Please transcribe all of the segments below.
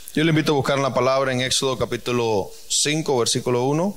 Yo le invito a buscar la palabra en Éxodo capítulo 5, versículo 1.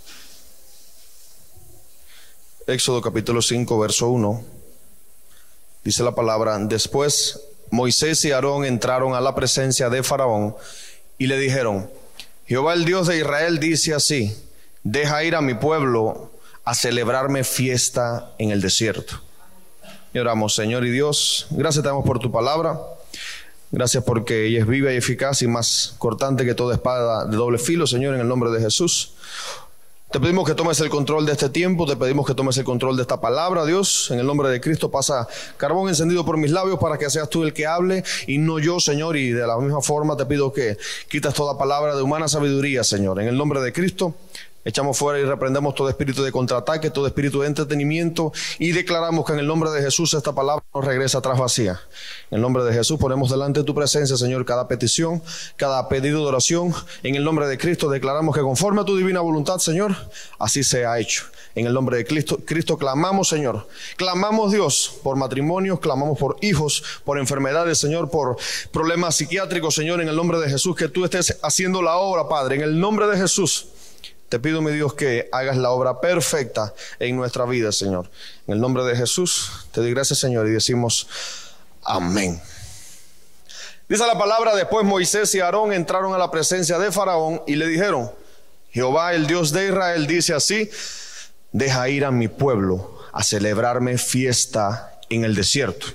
Éxodo capítulo 5, verso 1. Dice la palabra: Después Moisés y Aarón entraron a la presencia de Faraón y le dijeron: Jehová el Dios de Israel dice así: deja ir a mi pueblo a celebrarme fiesta en el desierto. Y oramos. Señor y Dios, gracias te damos por tu palabra. Gracias porque ella es viva y eficaz y más cortante que toda espada de doble filo, Señor, en el nombre de Jesús. Te pedimos que tomes el control de este tiempo, te pedimos que tomes el control de esta palabra, Dios. En el nombre de Cristo pasa carbón encendido por mis labios para que seas tú el que hable y no yo, Señor. Y de la misma forma te pido que quitas toda palabra de humana sabiduría, Señor. En el nombre de Cristo echamos fuera y reprendemos todo espíritu de contraataque, todo espíritu de entretenimiento, y declaramos que en el nombre de Jesús esta palabra no regresa atrás vacía. En el nombre de Jesús ponemos delante de tu presencia, Señor, cada petición, cada pedido de oración. En el nombre de Cristo declaramos que conforme a tu divina voluntad, Señor, así se ha hecho. En el nombre de Cristo clamamos, Señor. Clamamos, Dios, por matrimonios, clamamos por hijos, por enfermedades, Señor, por problemas psiquiátricos, Señor, en el nombre de Jesús, que tú estés haciendo la obra, Padre, en el nombre de Jesús. Te pido, mi Dios, que hagas la obra perfecta en nuestra vida, Señor. En el nombre de Jesús, te doy gracias, Señor, y decimos amén. Dice la palabra: después Moisés y Aarón entraron a la presencia de Faraón y le dijeron: Jehová, el Dios de Israel, dice así: deja ir a mi pueblo a celebrarme fiesta en el desierto.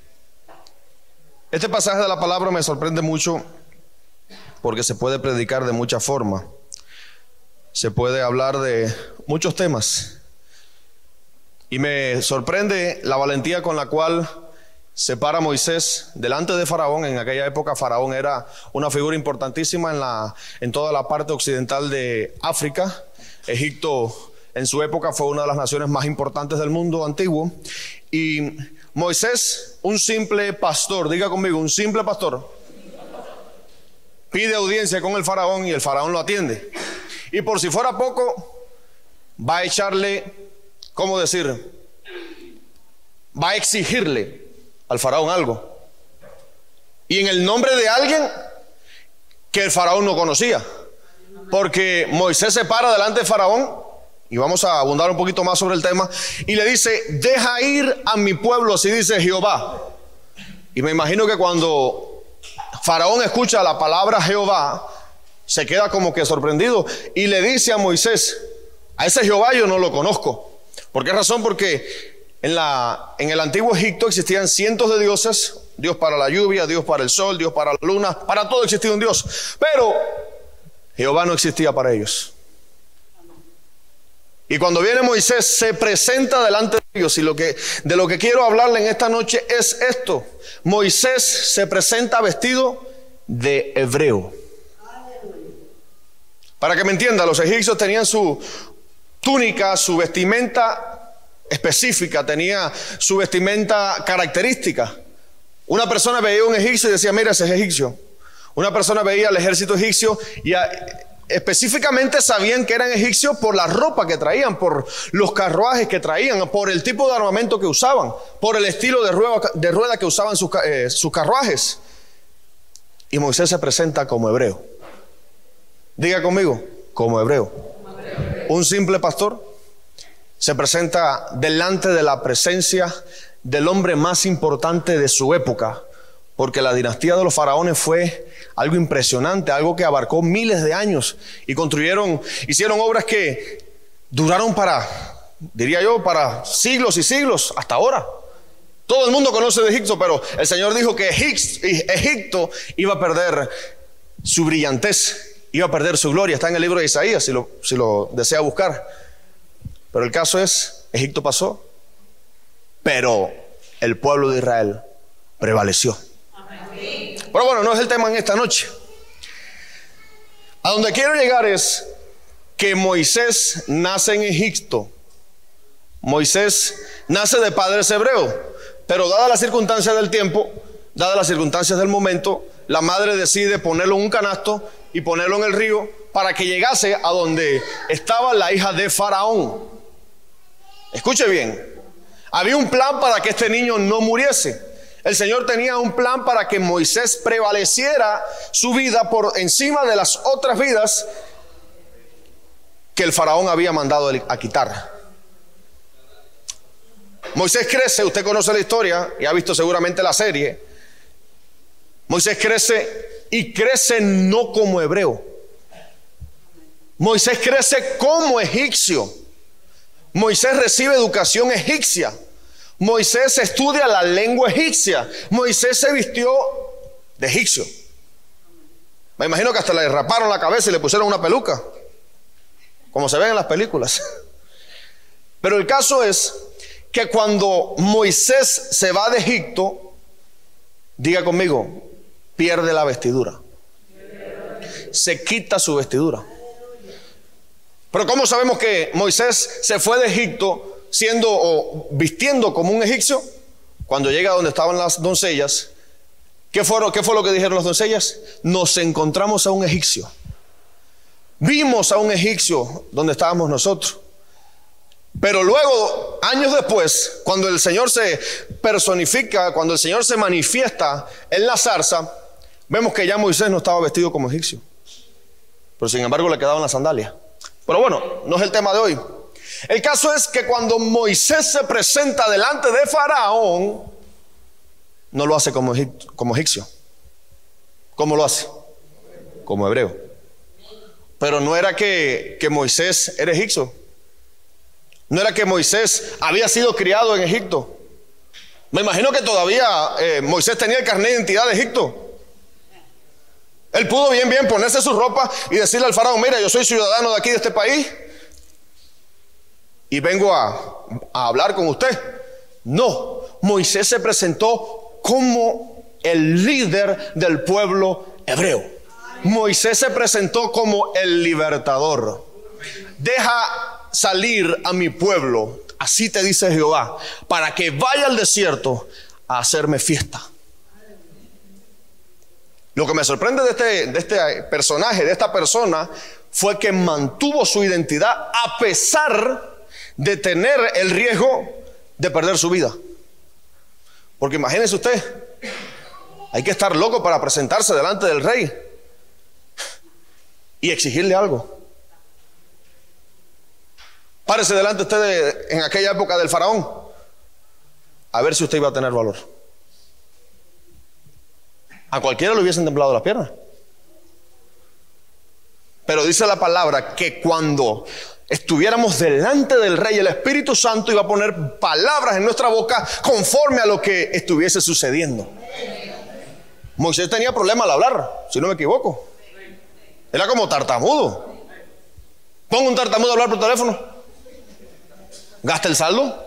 Este pasaje de la palabra me sorprende mucho porque se puede predicar de muchas formas. Se puede hablar de muchos temas. Y me sorprende la valentía con la cual se para Moisés delante de Faraón. En aquella época Faraón era una figura importantísima en toda la parte occidental de África. Egipto en su época fue una de las naciones más importantes del mundo antiguo. Y Moisés, un simple pastor, diga conmigo, un simple pastor, pide audiencia con el Faraón y el Faraón lo atiende. Y por si fuera poco, va a echarle, ¿cómo decir? Va a exigirle al Faraón algo. Y en el nombre de alguien que el Faraón no conocía. Porque Moisés se para delante de Faraón, y vamos a abundar un poquito más sobre el tema, y le dice: deja ir a mi pueblo, así dice Jehová. Y me imagino que cuando Faraón escucha la palabra Jehová, se queda como que sorprendido y le dice a Moisés: a ese Jehová yo no lo conozco. ¿Por qué razón? Porque en el antiguo Egipto existían cientos de dioses. Dios para la lluvia, Dios para el sol, Dios para la luna, para todo existía un Dios. Pero Jehová no existía para ellos. Y cuando viene Moisés, se presenta delante de ellos. Y de lo que quiero hablarle en esta noche es esto: Moisés se presenta vestido de hebreo. Para que me entienda, los egipcios tenían su túnica, su vestimenta específica, tenía su vestimenta característica. Una persona veía a un egipcio y decía: mira, ese es egipcio. Una persona veía al ejército egipcio y específicamente sabían que eran egipcios por la ropa que traían, por los carruajes que traían, por el tipo de armamento que usaban, por el estilo de rueda que usaban sus carruajes. Y Moisés se presenta como hebreo. Diga conmigo, como hebreo. Un simple pastor se presenta delante de la presencia del hombre más importante de su época, porque la dinastía de los faraones fue algo impresionante, algo que abarcó miles de años y hicieron obras que duraron diría yo, para siglos y siglos, hasta ahora. Todo el mundo conoce de Egipto, pero el Señor dijo que Egipto iba a perder su brillantez, iba a perder su gloria. Está en el libro de Isaías, si lo desea buscar. Pero el caso es, Egipto pasó, pero el pueblo de Israel prevaleció. Amén. Pero bueno, no es el tema en esta noche. A donde quiero llegar es que Moisés nace en Egipto. Moisés nace de padres hebreos, pero dadas las circunstancias del tiempo, dadas las circunstancias del momento, la madre decide ponerlo en un canasto y ponerlo en el río para que llegase a donde estaba la hija de Faraón. Escuche bien, había un plan para que este niño no muriese. El Señor tenía un plan para que Moisés prevaleciera su vida por encima de las otras vidas que el faraón había mandado a quitar. Moisés crece, usted conoce la historia y ha visto seguramente la serie. Moisés crece y crece no como hebreo. Moisés crece como egipcio. Moisés recibe educación egipcia. Moisés estudia la lengua egipcia. Moisés se vistió de egipcio. Me imagino que hasta le raparon la cabeza y le pusieron una peluca, como se ven en las películas. Pero el caso es que cuando Moisés se va de Egipto, diga conmigo, pierde la vestidura. Se quita su vestidura. Pero ¿cómo sabemos que Moisés se fue de Egipto siendo o vistiendo como un egipcio? Cuando llega donde estaban las doncellas, ¿qué fue lo que dijeron las doncellas? Nos encontramos a un egipcio. Vimos a un egipcio donde estábamos nosotros. Pero luego, años después, cuando el Señor se personifica, cuando el Señor se manifiesta en la zarza, vemos que ya Moisés no estaba vestido como egipcio, pero sin embargo le quedaban las sandalias. Pero bueno, no es el tema de hoy. El caso es que cuando Moisés se presenta delante de Faraón, no lo hace como egipcio. ¿Cómo lo hace? Como hebreo. Pero no era que Moisés era egipcio. No era que Moisés había sido criado en Egipto. Me imagino que todavía Moisés tenía el carnet de identidad de Egipto. Él pudo bien ponerse su ropa y decirle al faraón: mira, yo soy ciudadano de aquí, de este país, y vengo a hablar con usted. No, Moisés se presentó como el líder del pueblo hebreo. Moisés se presentó como el libertador. Deja salir a mi pueblo, así te dice Jehová, para que vaya al desierto a hacerme fiesta. Lo que me sorprende de este personaje, de esta persona, fue que mantuvo su identidad a pesar de tener el riesgo de perder su vida. Porque imagínese usted, hay que estar loco para presentarse delante del rey y exigirle algo. Párese delante usted en aquella época del faraón, a ver si usted iba a tener valor. A cualquiera le hubiesen temblado las piernas. Pero dice la palabra que cuando estuviéramos delante del rey, el Espíritu Santo iba a poner palabras en nuestra boca conforme a lo que estuviese sucediendo. Moisés tenía problema al hablar, si no me equivoco. Era como tartamudo. Ponga un tartamudo a hablar por teléfono, gasta el saldo.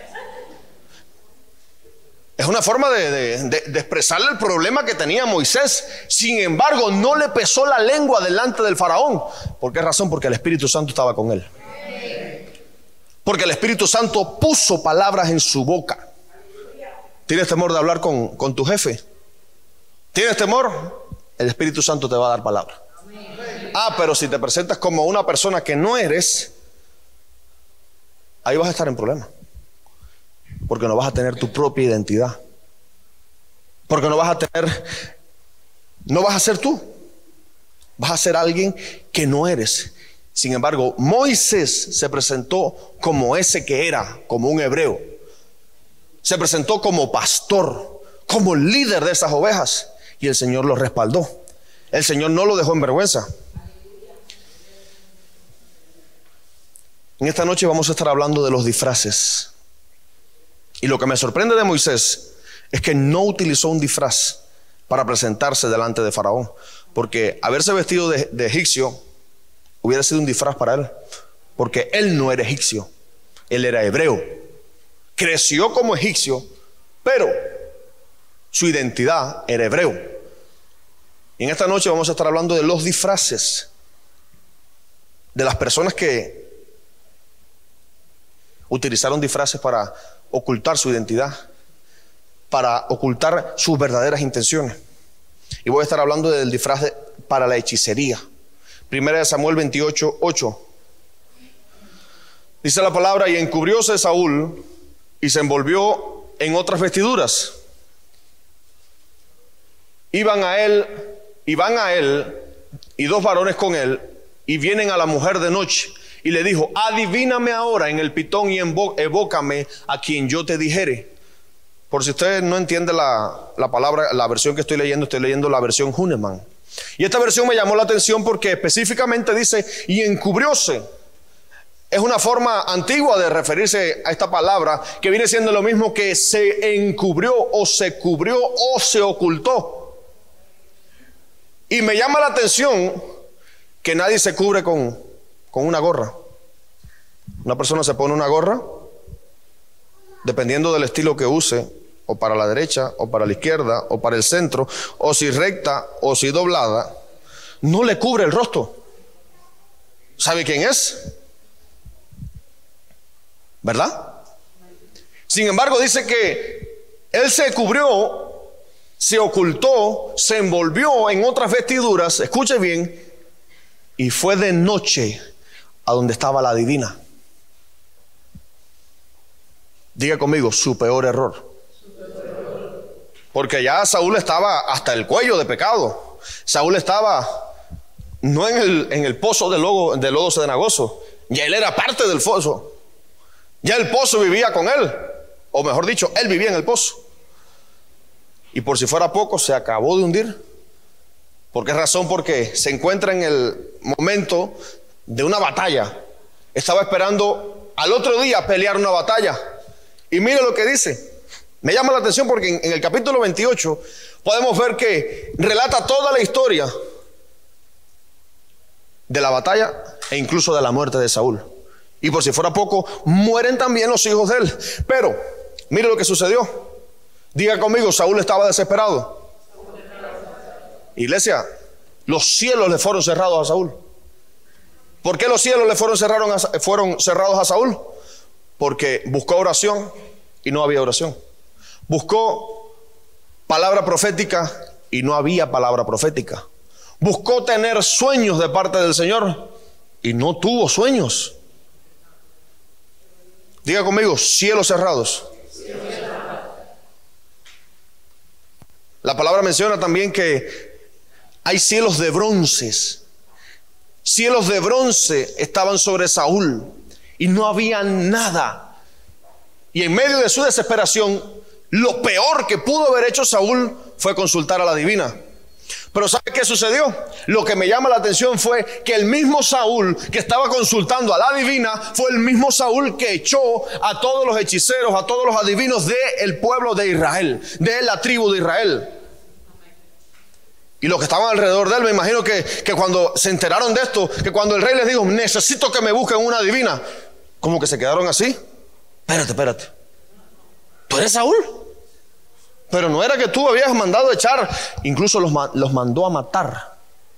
Es una forma de expresarle el problema que tenía Moisés. Sin embargo, no le pesó la lengua delante del faraón. ¿Por qué razón? Porque el Espíritu Santo estaba con él. Porque el Espíritu Santo puso palabras en su boca. ¿Tienes temor de hablar con tu jefe? ¿Tienes temor? El Espíritu Santo te va a dar palabras. Pero si te presentas como una persona que no eres, ahí vas a estar en problemas. Porque no vas a tener tu propia identidad. Porque no vas a ser tú. Vas a ser alguien que no eres. Sin embargo, Moisés se presentó como ese que era, como un hebreo. Se presentó como pastor, como líder de esas ovejas. Y el Señor lo respaldó. El Señor no lo dejó en vergüenza. En esta noche vamos a estar hablando de los disfraces. Y lo que me sorprende de Moisés es que no utilizó un disfraz para presentarse delante de Faraón. Porque haberse vestido de egipcio hubiera sido un disfraz para él. Porque él no era egipcio, él era hebreo. Creció como egipcio, pero su identidad era hebreo. Y en esta noche vamos a estar hablando de los disfraces. De las personas que utilizaron disfraces para ocultar su identidad, para ocultar sus verdaderas intenciones. Y voy a estar hablando del disfraz para la hechicería. Primera de Samuel 28:8. Dice la palabra: y encubrióse Saúl y se envolvió en otras vestiduras y van a él y dos varones con él, y vienen a la mujer de noche, y le dijo: adivíname ahora en el pitón y evócame a quien yo te dijere. Por si usted no entiende la palabra, la versión que estoy leyendo la versión Hühnemann. Y esta versión me llamó la atención porque específicamente dice: y encubrióse. Es una forma antigua de referirse a esta palabra, que viene siendo lo mismo que se encubrió o se cubrió o se ocultó. Y me llama la atención que nadie se cubre con una gorra. Una persona se pone una gorra dependiendo del estilo que use, o para la derecha, o para la izquierda, o para el centro, o si recta, o si doblada, no le cubre el rostro. ¿Sabe quién es? ¿Verdad? Sin embargo, dice que él se cubrió, se ocultó, se envolvió en otras vestiduras, escuche bien, y fue de noche a donde estaba la divina. Diga conmigo: su peor error. Porque ya Saúl estaba hasta el cuello de pecado. Saúl estaba no en el pozo de lodo cenagoso, ya él era parte del pozo. Ya el pozo vivía con él, o mejor dicho, él vivía en el pozo. Y por si fuera poco, se acabó de hundir. ¿Por qué razón? Porque se encuentra en el momento de una batalla. Estaba esperando al otro día pelear una batalla. Y mire lo que dice. Me llama la atención porque en el capítulo 28 podemos ver que relata toda la historia de la batalla e incluso de la muerte de Saúl. Y por si fuera poco, mueren también los hijos de él. Pero mire lo que sucedió. Diga conmigo: Saúl estaba desesperado. Iglesia, los cielos le fueron cerrados a Saúl. ¿Por qué los cielos le fueron cerrados a Saúl? Porque buscó oración y no había oración. Buscó palabra profética y no había palabra profética. Buscó tener sueños de parte del Señor y no tuvo sueños. Diga conmigo: cielos cerrados. La palabra menciona también que hay cielos de bronces. Cielos de bronce estaban sobre Saúl y no había nada. Y en medio de su desesperación, lo peor que pudo haber hecho Saúl fue consultar a la divina. Pero ¿sabe qué sucedió? Lo que me llama la atención fue que el mismo Saúl que estaba consultando a la divina fue el mismo Saúl que echó a todos los hechiceros, a todos los adivinos del pueblo de Israel, de la tribu de Israel. Y los que estaban alrededor de él, me imagino que cuando se enteraron de esto, que cuando el rey les dijo: necesito que me busquen una divina, como que se quedaron así. Espérate, ¿tú eres Saúl? Pero no era que tú habías mandado echar, incluso los mandó a matar.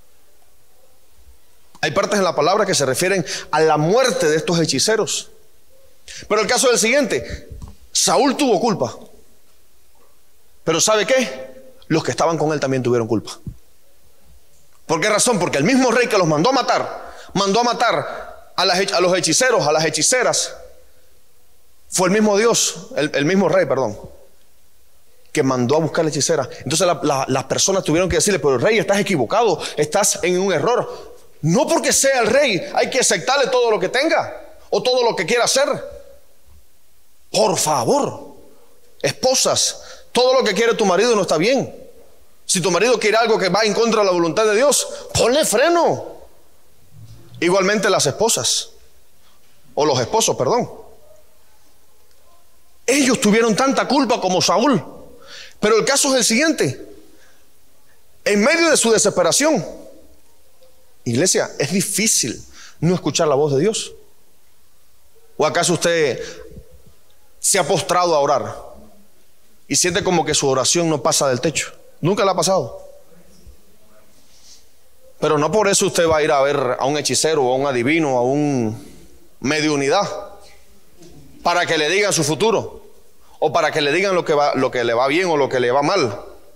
Hay partes en la palabra que se refieren a la muerte de estos hechiceros. Pero el caso es el siguiente: Saúl tuvo culpa. Pero ¿sabe qué? Los que estaban con él también tuvieron culpa. ¿Por qué razón? Porque el mismo rey que los mandó a matar a los hechiceros, a las hechiceras, fue el mismo Dios, el mismo rey, perdón, que mandó a buscar la hechicera. Entonces las personas tuvieron que decirle: pero rey, estás equivocado, estás en un error. No porque sea el rey hay que aceptarle todo lo que tenga o todo lo que quiera hacer. Por favor, esposas, todo lo que quiere tu marido no está bien. Si tu marido quiere algo que va en contra de la voluntad de Dios, ponle freno. Igualmente las esposas, o los esposos, perdón. Ellos tuvieron tanta culpa como Saúl. Pero el caso es el siguiente: en medio de su desesperación, iglesia, es difícil no escuchar la voz de Dios. ¿O acaso usted se ha postrado a orar y siente como que su oración no pasa del techo? Nunca le ha pasado. Pero no por eso usted va a ir a ver a un hechicero o a un adivino o a un mediunidad para que le digan su futuro o para que le digan lo que le va bien o lo que le va mal.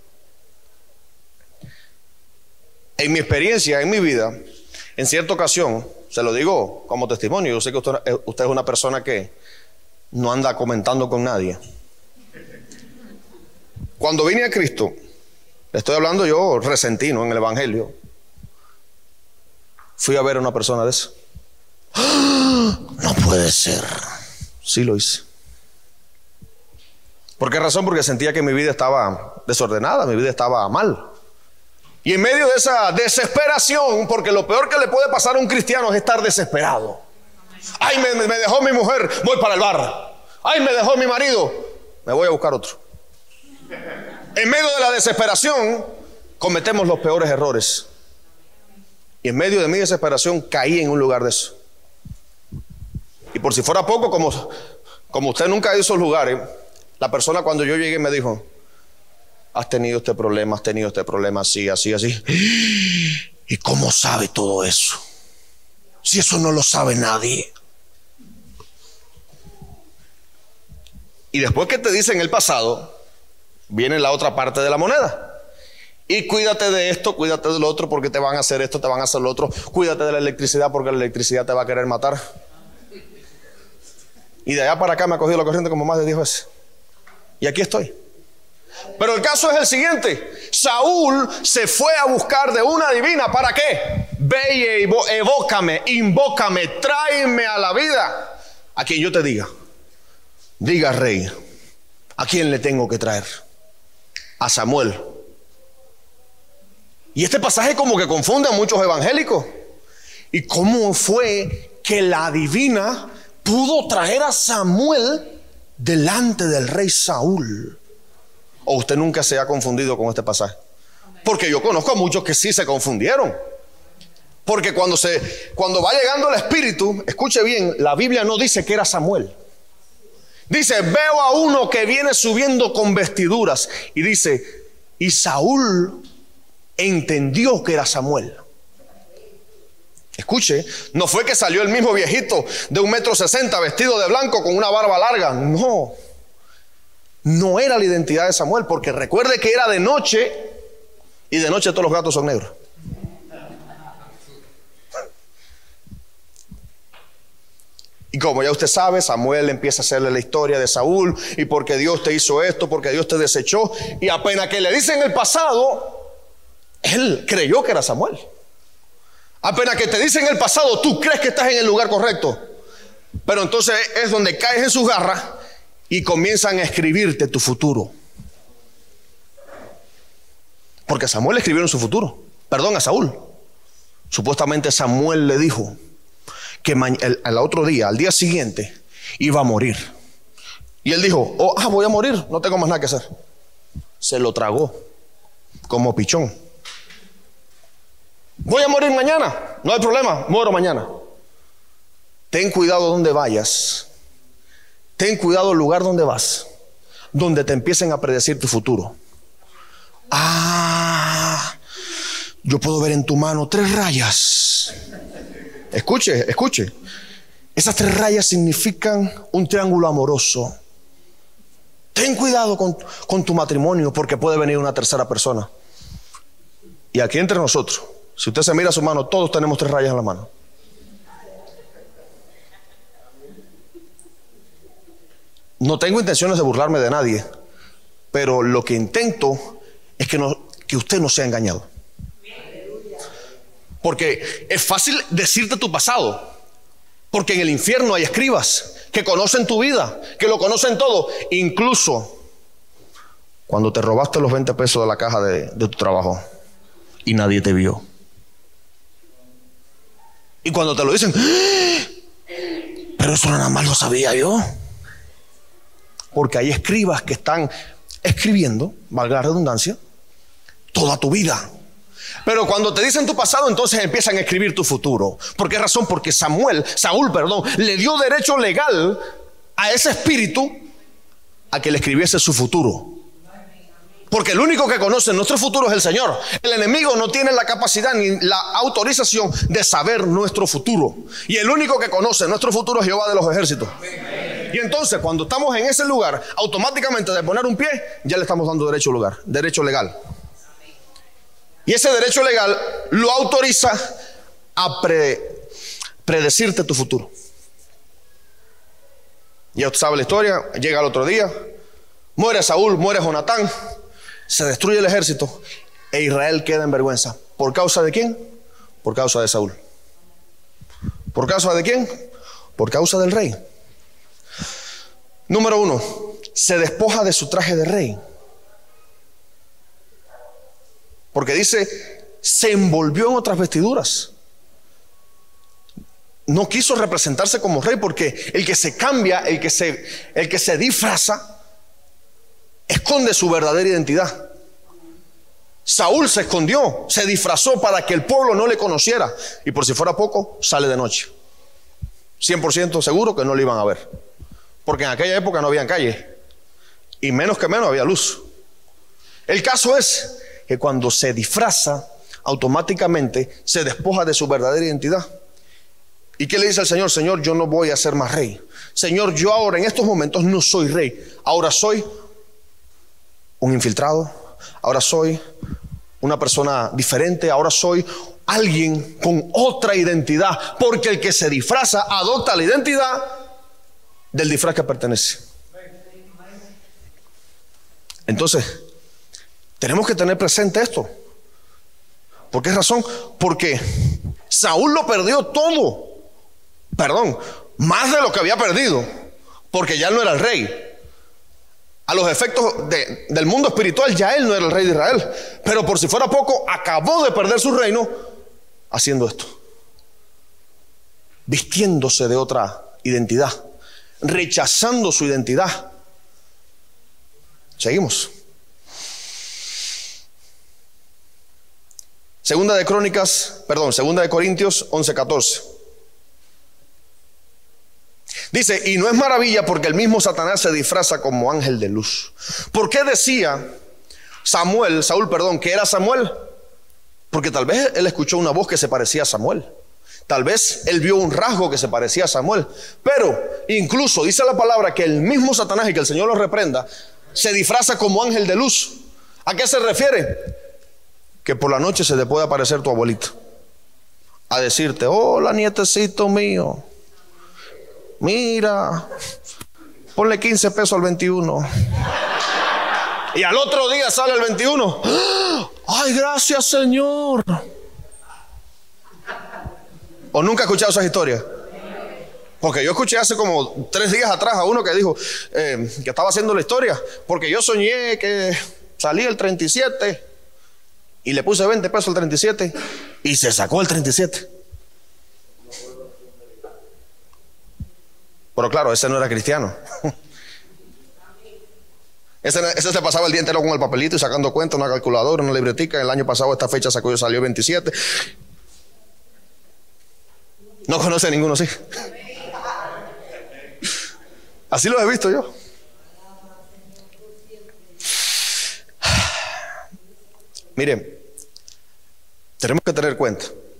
En mi experiencia, en mi vida, en cierta ocasión, se lo digo como testimonio, yo sé que usted es una persona que no anda comentando con nadie. Cuando vine a Cristo, Le estoy hablando yo resentido en el evangelio. Fui a ver a una persona de esa. ¡Ah! No puede ser. Sí lo hice. ¿Por qué razón? Porque sentía que mi vida estaba desordenada, mi vida estaba mal. Y en medio de esa desesperación, porque lo peor que le puede pasar a un cristiano es estar desesperado. Ay, me dejó mi mujer, voy para el bar. Ay, me dejó mi marido, me voy a buscar otro. En medio de la desesperación cometemos los peores errores. Y en medio de mi desesperación caí en un lugar de eso. Y por si fuera poco, como usted nunca ha ido a esos lugares, la persona cuando yo llegué me dijo: has tenido este problema, así, así, así. ¿Y cómo sabe todo eso? Si eso no lo sabe nadie. Y después que te dicen el pasado, viene la otra parte de la moneda. Y cuídate de esto, cuídate de lo otro, porque te van a hacer esto, te van a hacer lo otro. Cuídate de la electricidad, porque la electricidad te va a querer matar. Y de allá para acá me ha cogido la corriente como más de 10 veces. Y aquí estoy. Pero el caso es el siguiente: Saúl se fue a buscar de una divina. ¿Para qué? Ve y evócame, invócame, tráeme a la vida a quien yo te diga. Diga, rey, ¿a quién le tengo que traer? A Samuel. Y este pasaje como que confunde a muchos evangélicos. ¿Y cómo fue que la divina pudo traer a Samuel delante del rey Saúl? ¿O usted nunca se ha confundido con este pasaje? Porque yo conozco a muchos que sí se confundieron. Porque cuando va llegando el Espíritu, escuche bien, la Biblia no dice que era Samuel. Dice: veo a uno que viene subiendo con vestiduras. Y dice: y Saúl entendió que era Samuel. Escuche, no fue que salió el mismo viejito de 1,60 m vestido de blanco con una barba larga. No, no era la identidad de Samuel, porque recuerde que era de noche, y de noche todos los gatos son negros. Y como ya usted sabe, Samuel empieza a hacerle la historia de Saúl, y porque Dios te hizo esto, porque Dios te desechó. Y apenas que le dicen el pasado, él creyó que era Samuel. Apenas que te dicen el pasado, tú crees que estás en el lugar correcto. Pero entonces es donde caes en sus garras y comienzan a escribirte tu futuro. Porque Samuel escribió en su futuro. Perdón, a Saúl. Supuestamente Samuel le dijo que al otro día, al día siguiente, iba a morir. Y él dijo: voy a morir, no tengo más nada que hacer. Se lo tragó como pichón. Voy a morir mañana, no hay problema, muero mañana. Ten cuidado donde vayas. Ten cuidado el lugar donde vas, donde te empiecen a predecir tu futuro. Yo puedo ver en tu mano 3 rayas. Escuche. Esas 3 rayas significan un triángulo amoroso. Ten cuidado con tu matrimonio, porque puede venir una tercera persona. Y aquí entre nosotros, si usted se mira su mano, todos tenemos 3 rayas en la mano. No tengo intenciones de burlarme de nadie, pero lo que intento es que usted no sea engañado. Porque es fácil decirte tu pasado, porque en el infierno hay escribas que conocen tu vida, que lo conocen todo. Incluso cuando te robaste los 20 pesos de la caja de tu trabajo y nadie te vio. Y cuando te lo dicen: pero eso nada más lo sabía yo. Porque hay escribas que están escribiendo, valga la redundancia, toda tu vida. Pero cuando te dicen tu pasado, entonces empiezan a escribir tu futuro. ¿Por qué razón? Porque Saúl, le dio derecho legal a ese espíritu a que le escribiese su futuro. Porque el único que conoce nuestro futuro es el Señor. El enemigo no tiene la capacidad ni la autorización de saber nuestro futuro. Y el único que conoce nuestro futuro es Jehová de los ejércitos. Y entonces cuando estamos en ese lugar, automáticamente de poner un pie, ya le estamos dando derecho legal. Y ese derecho legal lo autoriza a predecirte tu futuro. Ya usted sabe la historia. Llega el otro día, muere Saúl, muere Jonatán. Se destruye el ejército e Israel queda en vergüenza. ¿Por causa de quién? Por causa de Saúl. ¿Por causa de quién? Por causa del rey. Número 1, se despoja de su traje de rey. Porque dice, se envolvió en otras vestiduras. No quiso representarse como rey, porque el que se cambia, el que se disfraza, esconde su verdadera identidad. Saúl se escondió, se disfrazó para que el pueblo no le conociera, y por si fuera poco, sale de noche. 100% seguro que no le iban a ver, porque en aquella época no había calle, y menos que menos había luz. El caso es que cuando se disfraza, automáticamente se despoja de su verdadera identidad. ¿Y qué le dice al Señor? Señor, yo no voy a ser más rey. Señor, yo ahora en estos momentos no soy rey. Ahora soy un infiltrado. Ahora soy una persona diferente. Ahora soy alguien con otra identidad. Porque el que se disfraza adopta la identidad del disfraz que pertenece. Entonces, tenemos que tener presente esto. ¿Por qué razón? Porque Saúl lo perdió todo. Más de lo que había perdido, porque ya él no era el rey. A los efectos del mundo espiritual, ya él no era el rey de Israel. Pero por si fuera poco, acabó de perder su reino haciendo esto, vistiéndose de otra identidad, rechazando su identidad. Seguimos. Segunda de Corintios 11:14. Dice, y no es maravilla porque el mismo Satanás se disfraza como ángel de luz. ¿Por qué decía Saúl, que era Samuel? Porque tal vez él escuchó una voz que se parecía a Samuel. Tal vez él vio un rasgo que se parecía a Samuel. Pero incluso dice la palabra que el mismo Satanás, y que el Señor lo reprenda, se disfraza como ángel de luz. ¿A qué se refiere? Que por la noche se te puede aparecer tu abuelito a decirte, hola nietecito mío, mira, ponle 15 pesos al 21. Y al otro día sale el 21. Ay, gracias Señor. ¿O nunca he escuchado esas historias? Porque yo escuché hace como 3 días atrás a uno que dijo que estaba haciendo la historia, porque yo soñé que salía el 37 y le puse 20 pesos al 37 y se sacó el 37. Pero claro, ese no era cristiano. Ese se pasaba el día entero con el papelito y sacando cuentas, una calculadora, una libretica. El año pasado esta fecha salió 27. No conoce a ninguno así. Así lo he visto yo. Mire, tenemos que tener cuenta,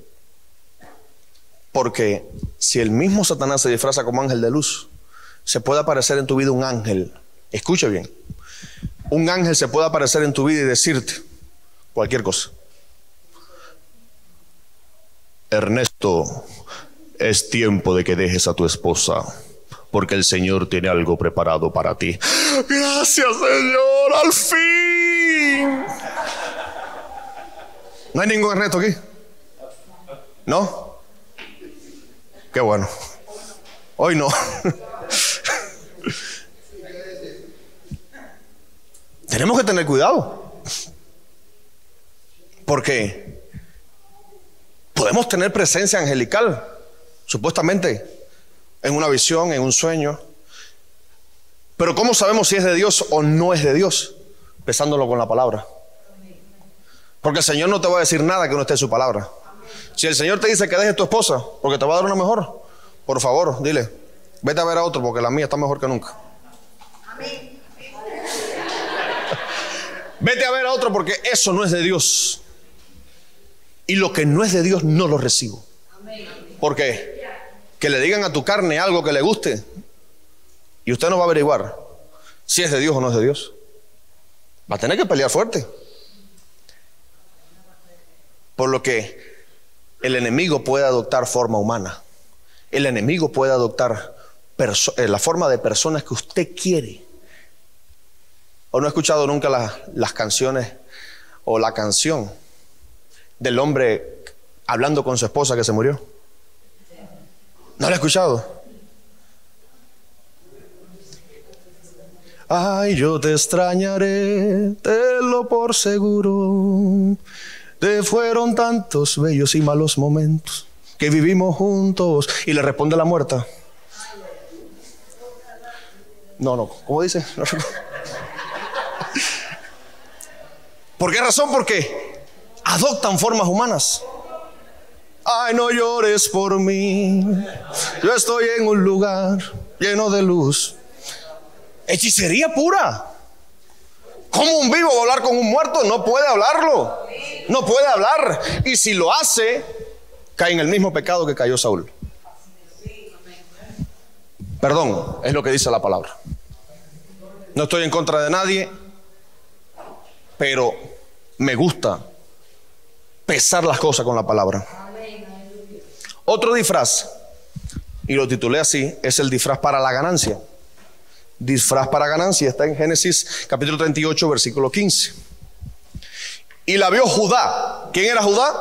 porque si el mismo Satanás se disfraza como ángel de luz, se puede aparecer en tu vida un ángel. Escuche bien, un ángel se puede aparecer en tu vida y decirte cualquier cosa. Ernesto, es tiempo de que dejes a tu esposa, porque el Señor tiene algo preparado para ti. Gracias Señor, al fin. ¿No hay ningún Ernesto aquí? ¿No? Qué bueno. Hoy no. Tenemos que tener cuidado, porque podemos tener presencia angelical, supuestamente, en una visión, en un sueño. Pero ¿cómo sabemos si es de Dios o no es de Dios? Pesándolo con la palabra. Porque el Señor no te va a decir nada que no esté en su palabra. Si el Señor te dice que dejes tu esposa porque te va a dar una mejor, por favor, dile, vete a ver a otro porque la mía está mejor que nunca. Amén. Vete a ver a otro porque eso no es de Dios. Y lo que no es de Dios no lo recibo. ¿Por qué? Que le digan a tu carne algo que le guste y usted no va a averiguar si es de Dios o no es de Dios. Va a tener que pelear fuerte. Por lo que el enemigo puede adoptar forma humana. El enemigo puede adoptar la forma de personas que usted quiere. ¿O no ha escuchado nunca las canciones o la canción del hombre hablando con su esposa que se murió? ¿No la he escuchado? Ay, yo te extrañaré, tenlo por seguro. Te fueron tantos bellos y malos momentos que vivimos juntos. Y le responde la muerta. No, ¿cómo dice? No. ¿Por qué razón? Porque adoptan formas humanas. Ay, no llores por mí, yo estoy en un lugar lleno de luz. Hechicería pura. ¿Cómo un vivo va a hablar con un muerto? No puede hablarlo. No puede hablar. Y si lo hace, cae en el mismo pecado que cayó Saúl. Perdón, es lo que dice la palabra. No estoy en contra de nadie, pero me gusta pesar las cosas con la palabra. Otro disfraz, y lo titulé así, es el disfraz para la ganancia. Disfraz para ganancia, está en Génesis capítulo 38, versículo 15. Y la vio Judá. ¿Quién era Judá?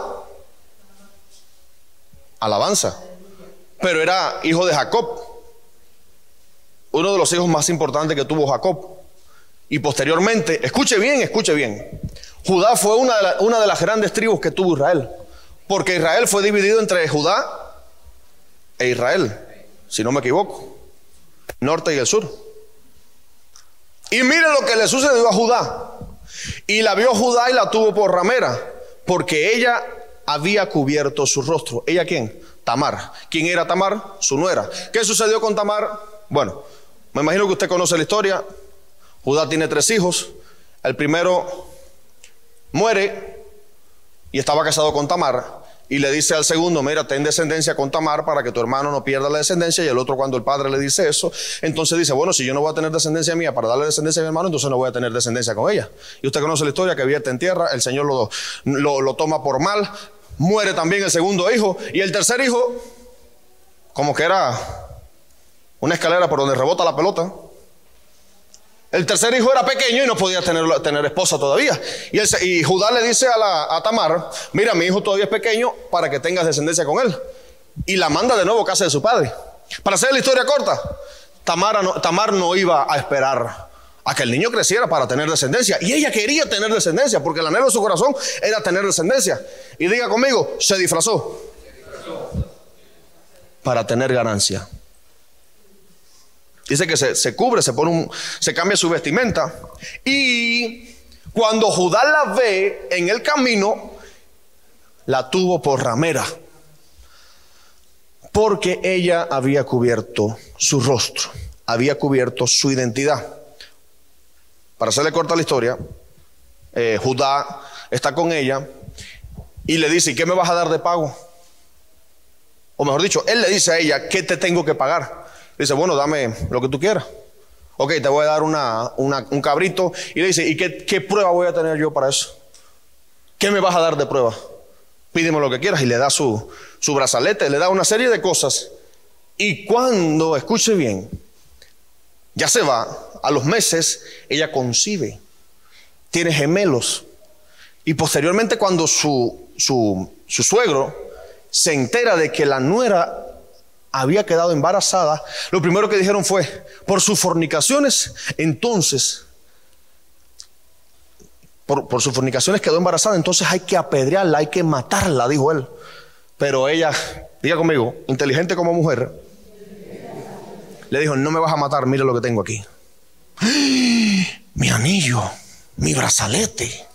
Alabanza. Pero era hijo de Jacob, uno de los hijos más importantes que tuvo Jacob. Y posteriormente, escuche bien, Judá fue una de las grandes tribus que tuvo Israel, porque Israel fue dividido entre Judá e Israel, si no me equivoco, norte y el sur. Y mire lo que le sucedió a Judá. Y la vio Judá y la tuvo por ramera, porque ella había cubierto su rostro. ¿Ella quién? Tamar. ¿Quién era Tamar? Su nuera. ¿Qué sucedió con Tamar? Bueno, me imagino que usted conoce la historia. Judá tiene 3 hijos. El primero muere y estaba casado con Tamar. Y le dice al segundo, mira, ten descendencia con Tamar para que tu hermano no pierda la descendencia. Y el otro, cuando el padre le dice eso, entonces dice, bueno, si yo no voy a tener descendencia mía para darle descendencia a mi hermano, entonces no voy a tener descendencia con ella. Y usted conoce la historia, que vierte en tierra, el Señor lo toma por mal. Muere también el segundo hijo. Y el tercer hijo, como que era una escalera por donde rebota la pelota. El tercer hijo era pequeño y no podía tener esposa todavía. Y Judá le dice a Tamar, mira, mi hijo todavía es pequeño para que tengas descendencia con él. Y la manda de nuevo a casa de su padre. Para hacer la historia corta, Tamar no iba a esperar a que el niño creciera para tener descendencia. Y ella quería tener descendencia, porque el anhelo de su corazón era tener descendencia. Y diga conmigo, se disfrazó para tener ganancia. Dice que se cubre, se cambia su vestimenta. Y cuando Judá la ve en el camino, la tuvo por ramera, porque ella había cubierto su rostro, había cubierto su identidad. Para hacerle corta la historia, Judá está con ella y le dice, ¿y qué me vas a dar de pago? O mejor dicho, él le dice a ella, ¿qué te tengo que pagar? Dice, bueno, dame lo que tú quieras. Ok, te voy a dar un cabrito. Y le dice, ¿y qué prueba voy a tener yo para eso? ¿Qué me vas a dar de prueba? Pídeme lo que quieras. Y le da su brazalete, le da una serie de cosas. Y cuando, escuche bien, ya se va, a los meses, ella concibe, tiene gemelos. Y posteriormente, cuando su suegro se entera de que la nuera había quedado embarazada, lo primero que dijeron fue, por sus fornicaciones, entonces, por sus fornicaciones quedó embarazada, entonces hay que apedrearla, hay que matarla, dijo él. Pero ella, diga conmigo, inteligente como mujer, le dijo, no me vas a matar, mira lo que tengo aquí. Mi anillo, mi brazalete,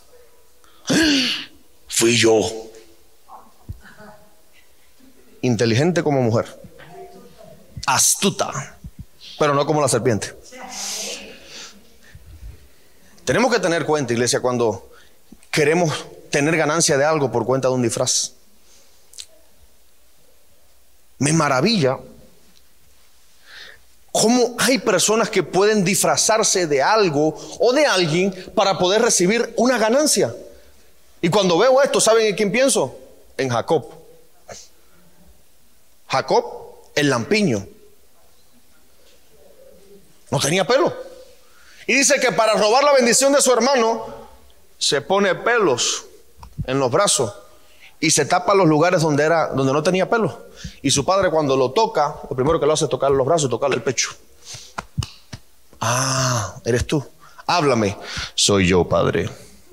fui yo. Inteligente como mujer, astuta, pero no como la serpiente. Tenemos que tener cuenta, iglesia, cuando queremos tener ganancia de algo por cuenta de un disfraz. Me maravilla cómo hay personas que pueden disfrazarse de algo o de alguien para poder recibir una ganancia. Y cuando veo esto, ¿saben en quién pienso? En Jacob. Jacob, el lampiño, no tenía pelo. Y dice que para robar la bendición de su hermano, se pone pelos en los brazos y se tapa los lugares donde no tenía pelo. Y su padre, cuando lo toca, lo primero que lo hace es tocarle los brazos y tocarle el pecho. Ah, eres tú. Háblame. Soy yo, padre.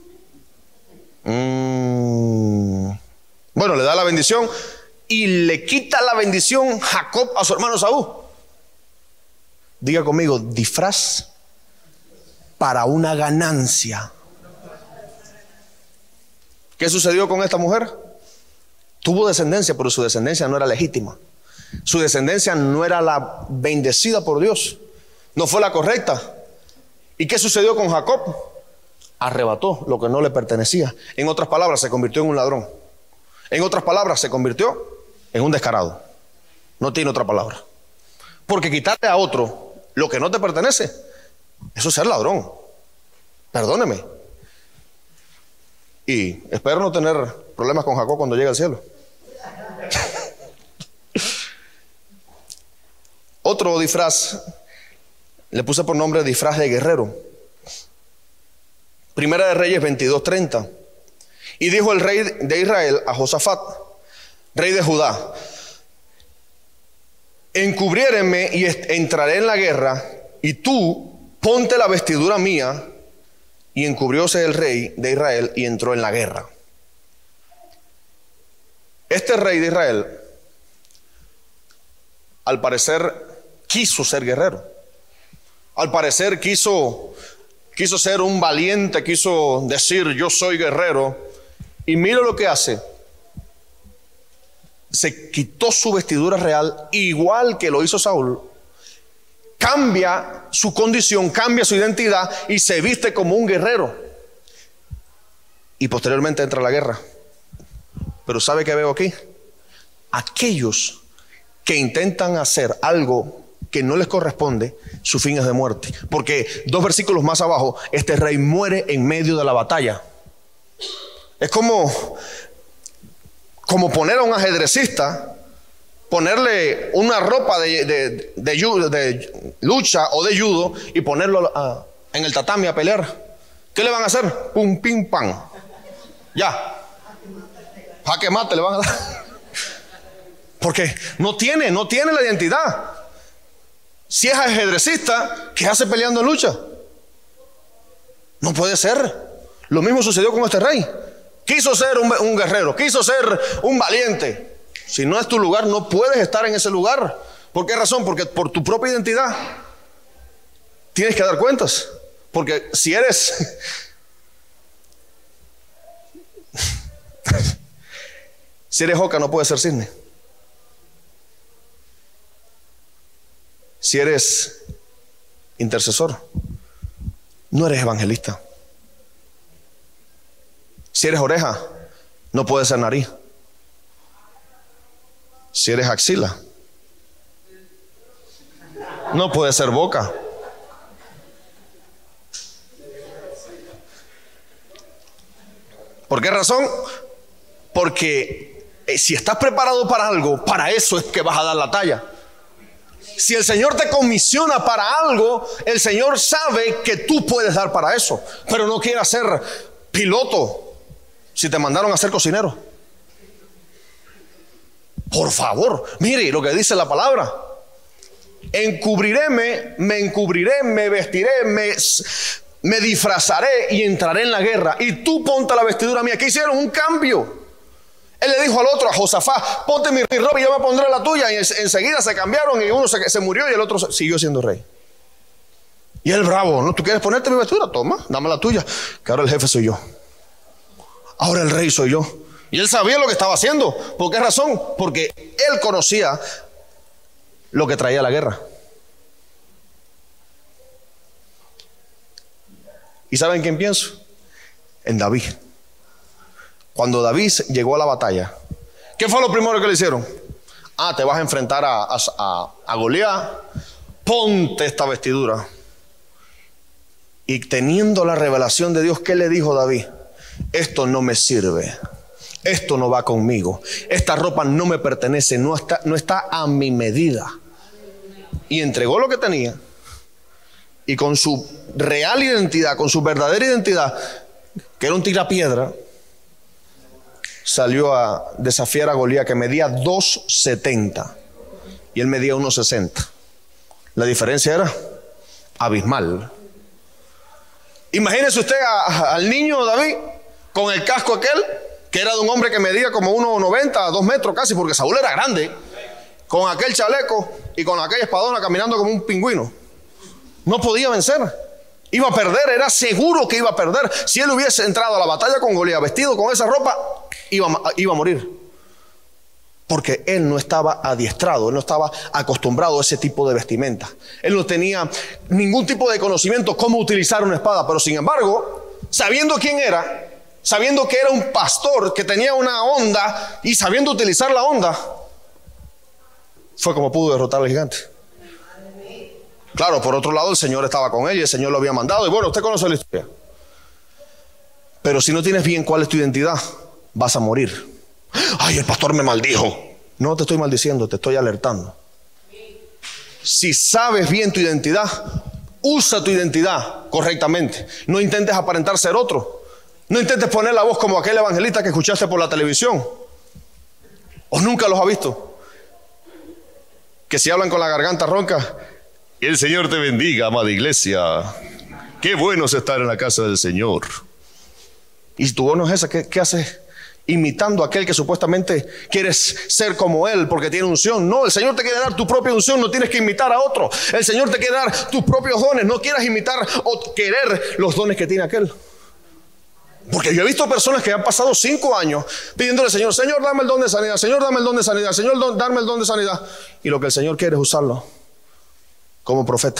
Bueno, le da la bendición y le quita la bendición Jacob a su hermano Esaú. Diga conmigo, disfraz para una ganancia. ¿Qué sucedió con esta mujer? Tuvo descendencia, pero su descendencia no era legítima. Su descendencia no era la bendecida por Dios. No fue la correcta. ¿Y qué sucedió con Jacob? Arrebató lo que no le pertenecía. En otras palabras, se convirtió en un ladrón. En otras palabras, se convirtió en un descarado. No tiene otra palabra. Porque quitarle a otro lo que no te pertenece, eso es ser ladrón. Perdóneme. Y espero no tener problemas con Jacob cuando llegue al cielo. Otro disfraz, le puse por nombre disfraz de guerrero. Primera de Reyes 22:30. Y dijo el rey de Israel a Josafat, rey de Judá: encubriérenme y entraré en la guerra, y tú ponte la vestidura mía. Y encubrióse el rey de Israel y entró en la guerra. Este rey de Israel, al parecer, quiso ser guerrero. Al parecer quiso ser un valiente, quiso decir yo soy guerrero. Y mira lo que hace. Se quitó su vestidura real, igual que lo hizo Saúl. Cambia su condición, cambia su identidad y se viste como un guerrero. Y posteriormente entra a la guerra. Pero ¿sabe qué veo aquí? Aquellos que intentan hacer algo que no les corresponde, su fin es de muerte. Porque 2 versículos más abajo, este rey muere en medio de la batalla. Es como poner a un ajedrecista, ponerle una ropa de lucha o de judo y ponerlo en el tatami a pelear. ¿Qué le van a hacer? Pum, pim, pam. Ya. Jaque mate le van a dar. Porque no tiene la identidad. Si es ajedrecista, ¿qué hace peleando en lucha? No puede ser. Lo mismo sucedió con este rey. Quiso ser un guerrero, quiso ser un valiente. Si no es tu lugar, no puedes estar en ese lugar. ¿Por qué razón? Porque por tu propia identidad tienes que dar cuentas. Porque si eres oca, no puedes ser cisne. Si eres intercesor, no eres evangelista. Si eres oreja, no puedes ser nariz. Si eres axila, no puedes ser boca. ¿Por qué razón? Porque si estás preparado para algo, para eso es que vas a dar la talla. Si el Señor te comisiona para algo, el Señor sabe que tú puedes dar para eso. Pero no quieras ser piloto si te mandaron a ser cocinero. Por favor, mire lo que dice la palabra. Encubriré, me vestiré, me disfrazaré y entraré en la guerra. Y tú ponte la vestidura mía. ¿Qué hicieron? Un cambio. Él le dijo al otro, a Josafat, ponte mi ropa y yo me pondré la tuya. Y enseguida se cambiaron y uno se murió y el otro siguió siendo rey. Y él bravo, ¿no? ¿Tú quieres ponerte mi vestidura? Toma, dame la tuya. Que ahora el jefe soy yo. Ahora el rey soy yo. Y él sabía lo que estaba haciendo. ¿Por qué razón? Porque él conocía lo que traía la guerra. ¿Y saben quién pienso? En David. Cuando David llegó a la batalla, ¿qué fue lo primero que le hicieron? Te vas a enfrentar a Goliat. Ponte esta vestidura. Y teniendo la revelación de Dios, ¿qué le dijo David? Esto no me sirve. Esto no va conmigo. Esta ropa no me pertenece. No está a mi medida. Y entregó lo que tenía. y con su real identidad, con su verdadera identidad, que era un tirapiedra, salió a desafiar a Goliat, que medía 2,70 y él medía 1,60. La diferencia era abismal. Imagínese usted al niño David con el casco aquel, que era de un hombre que medía como 1,90, 2 metros casi, porque Saúl era grande, con aquel chaleco y con aquella espadona caminando como un pingüino. No podía vencer, iba a perder, era seguro que iba a perder. Si él hubiese entrado a la batalla con Goliat vestido con esa ropa, iba a morir, porque él no estaba adiestrado, él no estaba acostumbrado a ese tipo de vestimenta, él no tenía ningún tipo de conocimiento cómo utilizar una espada. Pero sin embargo, sabiendo quién era, sabiendo que era un pastor que tenía una honda y sabiendo utilizar la honda, fue como pudo derrotar al gigante. Claro, por otro lado, el Señor estaba con él y el Señor lo había mandado. Y bueno, usted conoce la historia. Pero si no tienes bien cuál es tu identidad, vas a morir. Ay, el pastor me maldijo. No te estoy maldiciendo, te estoy alertando. Si sabes bien tu identidad, usa tu identidad correctamente. No intentes aparentar ser otro. No intentes poner la voz como aquel evangelista que escuchaste por la televisión. ¿O nunca los has visto? Que si hablan con la garganta ronca: el Señor te bendiga, amada iglesia. Qué bueno es estar en la casa del Señor. Y tu voz no es esa. ¿Qué haces imitando a aquel que supuestamente quieres ser como él porque tiene unción? No, el Señor te quiere dar tu propia unción, no tienes que imitar a otro. El Señor te quiere dar tus propios dones, no quieras imitar o querer los dones que tiene aquel. Porque yo he visto personas que han pasado 5 años pidiéndole al Señor: Señor, dame el don de sanidad, Señor, dame el don de sanidad, Señor, dame el don de sanidad. Y lo que el Señor quiere es usarlo como profeta.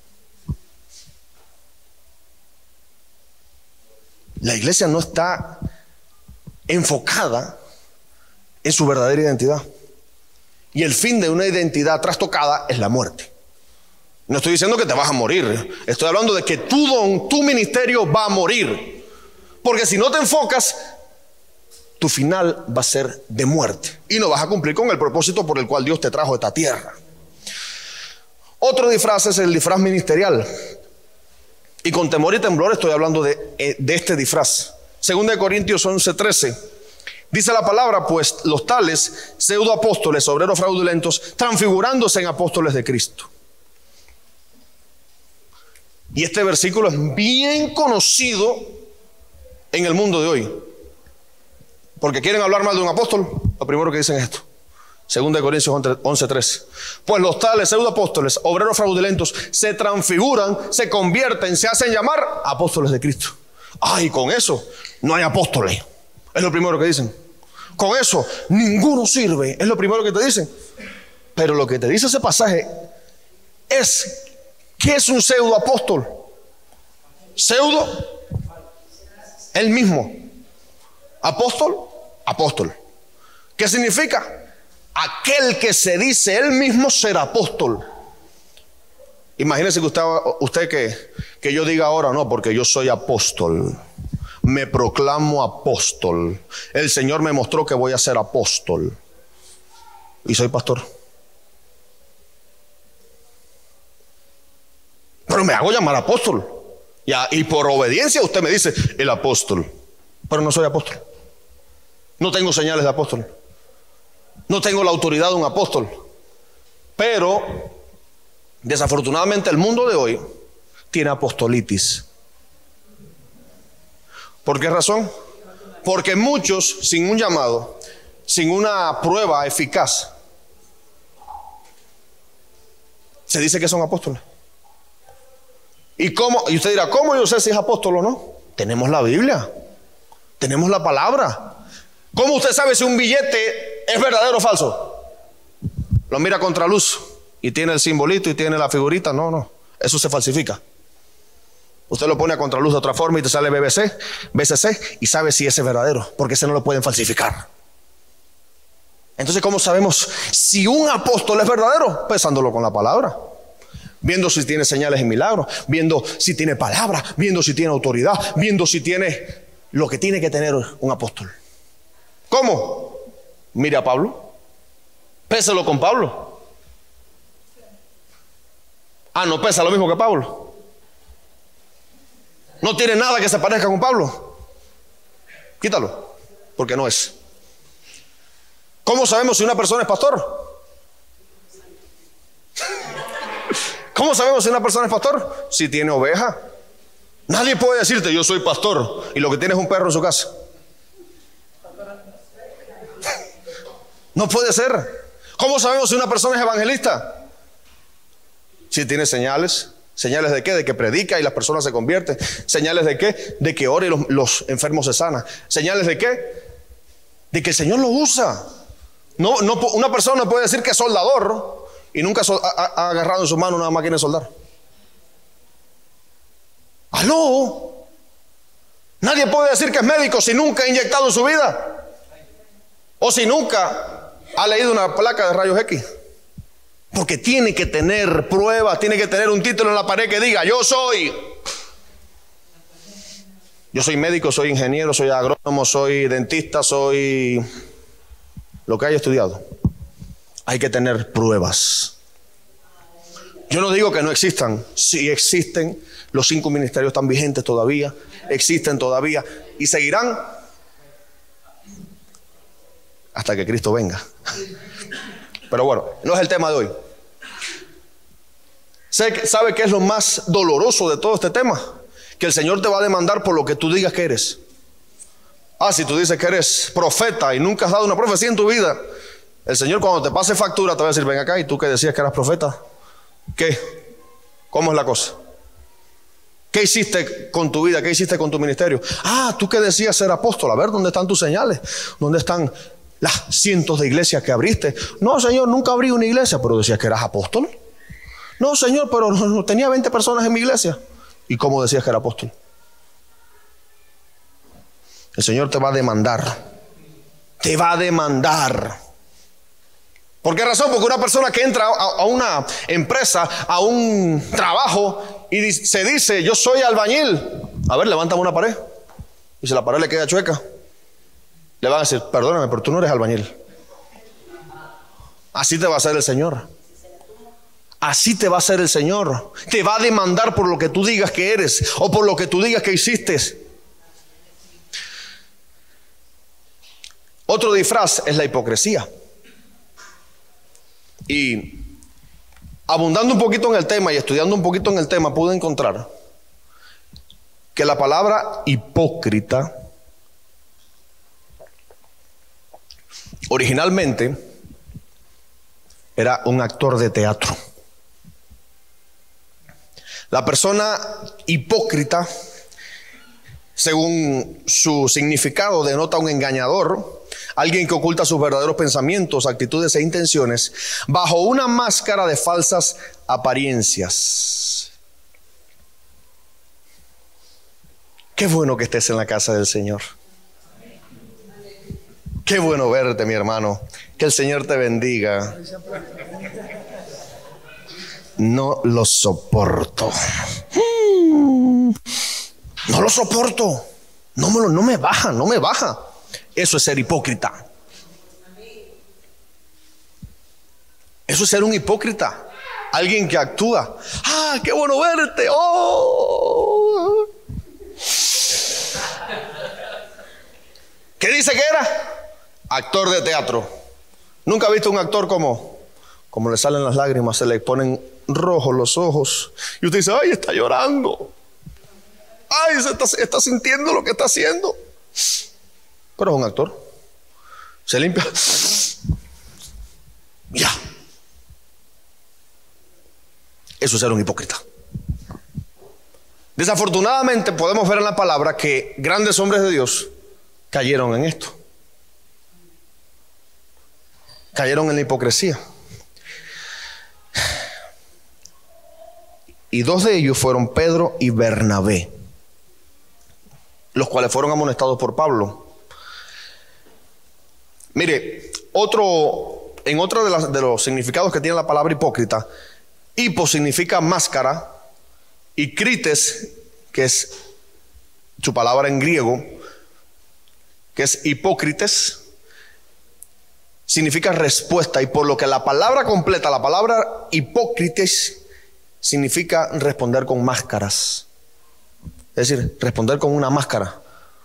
La iglesia no está enfocada en su verdadera identidad. Y el fin de una identidad trastocada es la muerte. No estoy diciendo que te vas a morir. Estoy hablando de que tu don, tu ministerio va a morir. Porque si no te enfocas, tu final va a ser de muerte. Y no vas a cumplir con el propósito por el cual Dios te trajo a esta tierra. Otro disfraz es el disfraz ministerial. Y con temor y temblor estoy hablando de este disfraz. 2 Corintios 11:13. Dice la palabra: pues los tales pseudoapóstoles, obreros fraudulentos, transfigurándose en apóstoles de Cristo. Y este versículo es bien conocido en el mundo de hoy. Porque quieren hablar mal de un apóstol, lo primero que dicen es esto. 2 Corintios 11:13. Pues los tales pseudoapóstoles, obreros fraudulentos, se transfiguran, se convierten, se hacen llamar apóstoles de Cristo. Ay, con eso no hay apóstoles, es lo primero que dicen. Con eso ninguno sirve, es lo primero que te dicen. Pero lo que te dice ese pasaje es: ¿qué es un pseudoapóstol? Pseudo, el mismo. Apóstol, apóstol. ¿Qué significa? Aquel que se dice él mismo ser apóstol. Imagínese que usted que yo diga ahora: no, porque yo soy apóstol, me proclamo apóstol, el Señor me mostró que voy a ser apóstol y soy pastor. Pero me hago llamar apóstol, y por obediencia usted me dice el apóstol. Pero no soy apóstol, no tengo señales de apóstol, no tengo la autoridad de un apóstol. Pero desafortunadamente el mundo de hoy tiene apostolitis. ¿Por qué razón? Porque muchos, sin un llamado, sin una prueba eficaz, se dice que son apóstoles. Y usted dirá: ¿cómo yo sé si es apóstol o no? Tenemos la Biblia, tenemos la palabra. ¿Cómo usted sabe si un billete es verdadero o falso? Lo mira a contraluz y tiene el simbolito y tiene la figurita. No, eso se falsifica. Usted lo pone a contraluz de otra forma y te sale BCC y sabe si ese es verdadero, porque ese no lo pueden falsificar. Entonces, ¿cómo sabemos si un apóstol es verdadero? Pesándolo con la palabra, viendo si tiene señales y milagros, viendo si tiene palabra, viendo si tiene autoridad, viendo si tiene lo que tiene que tener un apóstol. ¿Cómo? Mire a Pablo, péselo con Pablo. No pesa lo mismo que Pablo. No tiene nada que se parezca con Pablo. Quítalo, porque no es. ¿Cómo sabemos si una persona es pastor? ¿Cómo sabemos si una persona es pastor? Si tiene oveja. Nadie puede decirte yo soy pastor y lo que tiene es un perro en su casa. No puede ser. ¿Cómo sabemos si una persona es evangelista? Si tiene señales. ¿Señales de qué? De que predica y las personas se convierten. ¿Señales de qué? De que ora y los enfermos se sanan. ¿Señales de qué? De que el Señor lo usa. No, una persona no puede decir que es soldador y nunca ha agarrado en su mano una máquina de soldar. ¡Aló! Nadie puede decir que es médico si nunca ha inyectado en su vida. O si nunca ha leído una placa de rayos X. Porque tiene que tener pruebas, tiene que tener un título en la pared que diga, yo soy médico, soy ingeniero, soy agrónomo, soy dentista, soy lo que haya estudiado. Hay que tener pruebas. Yo no digo que no existan, sí existen. Los 5 ministerios están vigentes todavía, existen todavía y seguirán hasta que Cristo venga. Pero bueno, no es el tema de hoy. ¿Sabe qué es lo más doloroso de todo este tema? Que el Señor te va a demandar por lo que tú digas que eres. Si tú dices que eres profeta y nunca has dado una profecía en tu vida, el Señor cuando te pase factura te va a decir, ven acá, y tú que decías que eras profeta, ¿qué? ¿Cómo es la cosa? ¿Qué hiciste con tu vida? ¿Qué hiciste con tu ministerio? Tú que decías ser apóstol, a ver, ¿dónde están tus señales? ¿Dónde están las cientos de iglesias que abriste? No, Señor, nunca abrí una iglesia, pero decías que eras apóstol. No, Señor, pero no, tenía 20 personas en mi iglesia. ¿Y cómo decías que era apóstol? El Señor te va a demandar. Te va a demandar. ¿Por qué razón? Porque una persona que entra a una empresa, a un trabajo y se dice, yo soy albañil. A ver, levántame una pared. Y si la pared le queda chueca, le van a decir, perdóname, pero tú no eres albañil. Así te va a hacer el Señor. Así te va a hacer el Señor. Te va a demandar por lo que tú digas que eres o por lo que tú digas que hiciste. Otro disfraz es la hipocresía. Y abundando un poquito en el tema y estudiando un poquito en el tema, pude encontrar que la palabra hipócrita originalmente era un actor de teatro. La persona hipócrita, según su significado, denota un engañador, alguien que oculta sus verdaderos pensamientos, actitudes e intenciones bajo una máscara de falsas apariencias. Qué bueno que estés en la casa del Señor. Qué bueno verte, mi hermano. Que el Señor te bendiga. No lo soporto. No lo soporto. No me baja. Eso es ser hipócrita. Eso es ser un hipócrita. Alguien que actúa. Qué bueno verte. ¿Qué dice que era? Actor de teatro. ¿Nunca has visto un actor como le salen las lágrimas, se le ponen rojos los ojos y usted dice, ay, está llorando, ay, está sintiendo lo que está haciendo? Pero es un actor. Se limpia. Ya. Eso es ser un hipócrita. Desafortunadamente podemos ver en la palabra que grandes hombres de Dios cayeron en esto. Cayeron en la hipocresía. Y 2 de ellos fueron Pedro y Bernabé, los cuales fueron amonestados por Pablo. Mire, en otro de los significados que tiene la palabra hipócrita, hipo significa máscara y krites, que es su palabra en griego, que es hipócrites, significa respuesta. Y por lo que la palabra completa, la palabra hipócrites, significa responder con máscaras. Es decir, responder con una máscara.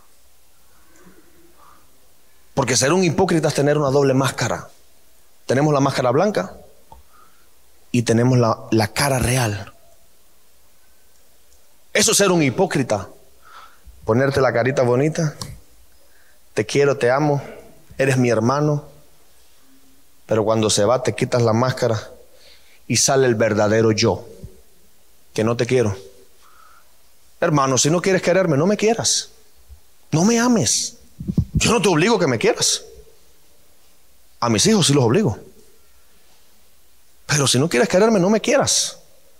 Porque ser un hipócrita es tener una doble máscara. Tenemos la máscara blanca y tenemos la cara real. Eso es ser un hipócrita. Ponerte la carita bonita. Te quiero, te amo. Eres mi hermano. Pero cuando se va te quitas la máscara y sale el verdadero yo. Que no te quiero. Hermano, si no quieres quererme, no me quieras. No me ames. Yo no te obligo a que me quieras. A mis hijos sí los obligo. Pero si no quieres quererme, no me quieras.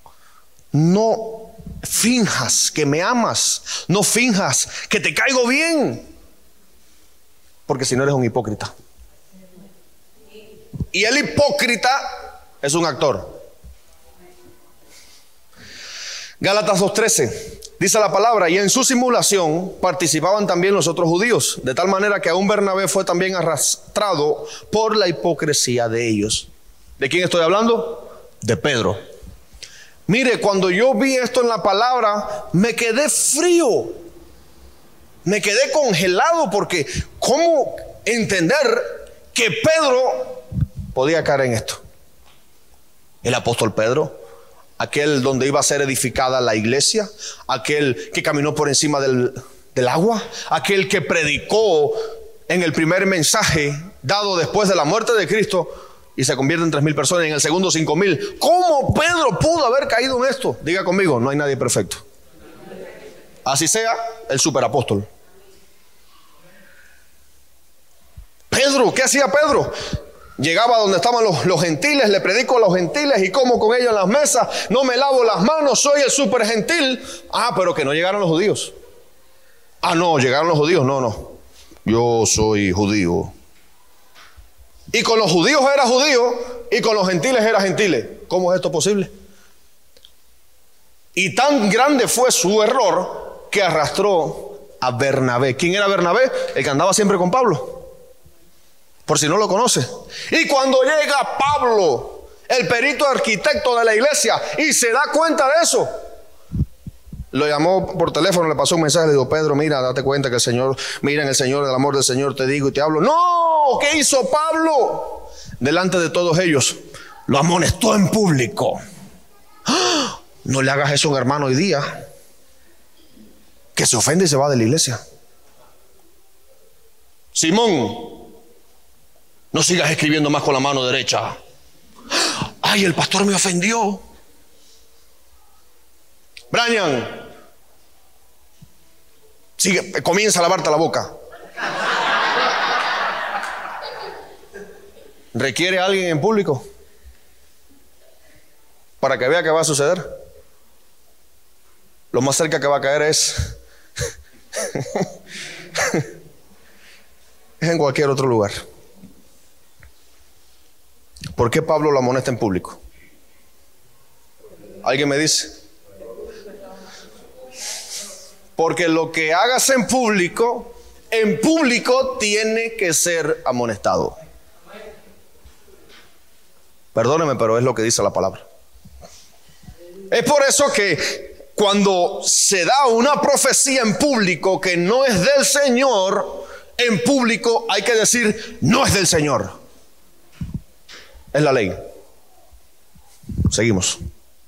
No finjas que me amas. No finjas que te caigo bien. Porque si no eres un hipócrita. Y el hipócrita es un actor. Gálatas 2:13. Dice la palabra, y en su simulación participaban también los otros judíos, de tal manera que aún Bernabé fue también arrastrado por la hipocresía de ellos. ¿De quién estoy hablando? De Pedro. Mire, cuando yo vi esto en la palabra, me quedé frío. Me quedé congelado porque ¿cómo entender que Pedro podía caer en esto? El apóstol Pedro, aquel donde iba a ser edificada la iglesia, aquel que caminó por encima del agua, aquel que predicó en el primer mensaje dado después de la muerte de Cristo y se convierte en 3,000 personas, y en el segundo 5,000. ¿Cómo Pedro pudo haber caído en esto? Diga conmigo, no hay nadie perfecto. Así sea el superapóstol. Pedro, ¿qué hacía Pedro? Llegaba donde estaban los gentiles, le predico a los gentiles y como con ellos en las mesas, no me lavo las manos, soy el super gentil. Pero que no llegaron los judíos. No, llegaron los judíos, no. Yo soy judío. Y con los judíos era judío y con los gentiles era gentiles. ¿Cómo es esto posible? Y tan grande fue su error que arrastró a Bernabé. ¿Quién era Bernabé? El que andaba siempre con Pablo. Por si no lo conoce. Y cuando llega Pablo, el perito arquitecto de la iglesia, y se da cuenta de eso, lo llamó por teléfono, le pasó un mensaje, le dijo: Pedro, mira, date cuenta que el Señor, mira en el Señor, el amor del Señor te digo y te hablo. No, ¿qué hizo Pablo? Delante de todos ellos, lo amonestó en público. No le hagas eso a un hermano hoy día, que se ofende y se va de la iglesia. Simón, no sigas escribiendo más con la mano derecha. Ay, el pastor me ofendió. Brian, sigue, comienza a lavarte la boca. ¿Requiere a alguien en público para que vea qué va a suceder? Lo más cerca que va a caer es en cualquier otro lugar. ¿Por qué Pablo lo amonesta en público? ¿Alguien me dice? Porque lo que hagas en público tiene que ser amonestado. Perdóneme, pero es lo que dice la palabra. Es por eso que cuando se da una profecía en público que no es del Señor, en público hay que decir: no es del Señor. Es la ley. Seguimos.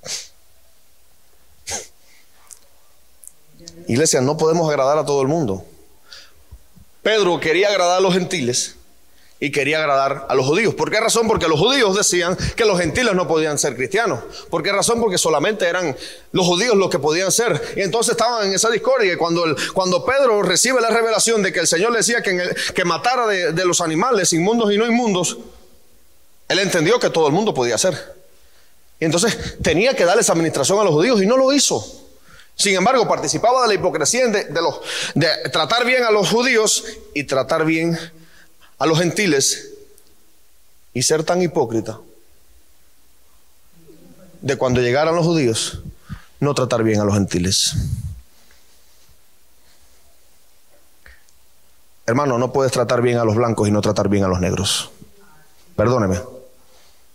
Iglesia, no podemos agradar a todo el mundo. Pedro quería agradar a los gentiles y quería agradar a los judíos. ¿Por qué razón? Porque los judíos decían que los gentiles no podían ser cristianos. ¿Por qué razón? Porque solamente eran los judíos los que podían ser. Y entonces estaban en esa discordia. Y cuando Pedro recibe la revelación de que el Señor le decía que matara de los animales inmundos y no inmundos, él entendió que todo el mundo podía hacer. Y entonces tenía que darles administración a los judíos y no lo hizo. Sin embargo, participaba de la hipocresía de tratar bien a los judíos y tratar bien a los gentiles, y ser tan hipócrita de cuando llegaran los judíos no tratar bien a los gentiles. Hermano, no puedes tratar bien a los blancos y no tratar bien a los negros. Perdóneme,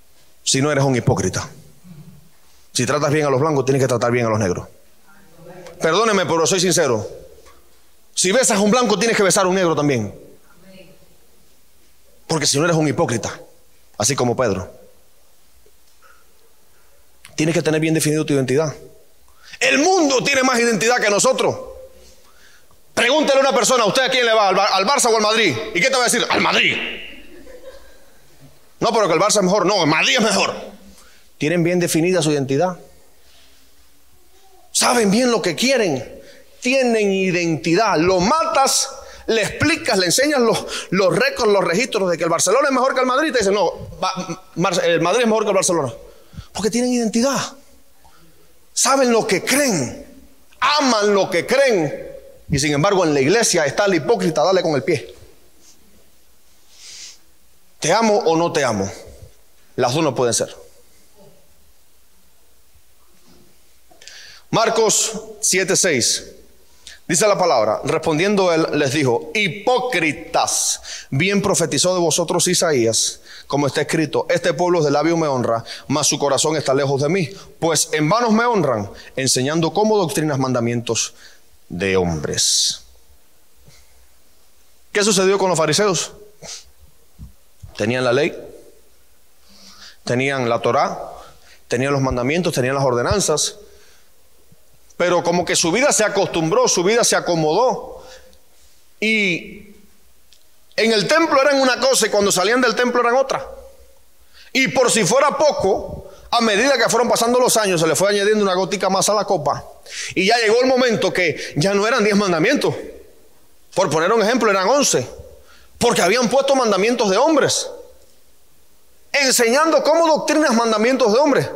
si no eres un hipócrita. Si tratas bien a los blancos, tienes que tratar bien a los negros. Perdóneme, pero soy sincero. Si besas a un blanco, tienes que besar a un negro también. Porque si no, eres un hipócrita. Así como Pedro. Tienes que tener bien definido tu identidad. El mundo tiene más identidad que nosotros. Pregúntale a una persona, ¿usted a quién le va? ¿Al Barça o al Madrid? ¿Y qué te va a decir? Al Madrid. No, pero que el Barça es mejor. No, el Madrid es mejor. Tienen bien definida su identidad. Saben bien lo que quieren. Tienen identidad. Lo matas, le explicas, le enseñas los récords, los registros de que el Barcelona es mejor que el Madrid. Te dicen, no, el Madrid es mejor que el Barcelona. Porque tienen identidad. Saben lo que creen. Aman lo que creen. Y sin embargo en la iglesia está el hipócrita, dale con el pie. ¿Te amo o no te amo? Las dos no pueden ser. Marcos 7:6. Dice la palabra, respondiendo él les dijo, hipócritas, bien profetizó de vosotros Isaías, como está escrito, este pueblo de labios me honra, mas su corazón está lejos de mí, pues en vanos me honran, enseñando como doctrinas mandamientos de hombres. ¿Qué sucedió con los fariseos? Tenían la ley, tenían la Torá, tenían los mandamientos, tenían las ordenanzas, pero como que su vida se acostumbró, su vida se acomodó. Y en el templo eran una cosa y cuando salían del templo eran otra. Y por si fuera poco, a medida que fueron pasando los años, se le fue añadiendo una gotica más a la copa. Y ya llegó el momento que ya no eran 10 mandamientos. Por poner un ejemplo, eran 11. Porque habían puesto mandamientos de hombres. Enseñando como doctrinas mandamientos de hombres.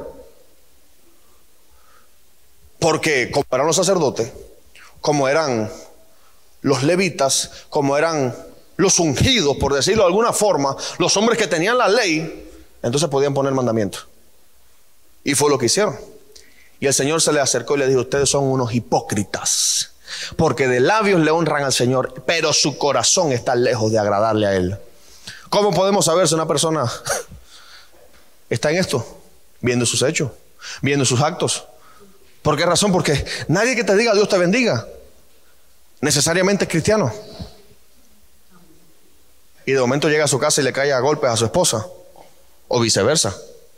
Porque como eran los sacerdotes, como eran los levitas, como eran los ungidos, por decirlo de alguna forma, los hombres que tenían la ley, entonces podían poner mandamientos. Y fue lo que hicieron. Y el Señor se le acercó y le dijo, ustedes son unos hipócritas, porque de labios le honran al Señor, pero su corazón está lejos de agradarle a Él. ¿Cómo podemos saber si una persona está en esto? Viendo sus hechos, viendo sus actos. ¿Por qué razón? Porque nadie que te diga Dios te bendiga necesariamente es cristiano. Y de momento llega a su casa y le cae a golpes a su esposa, o viceversa.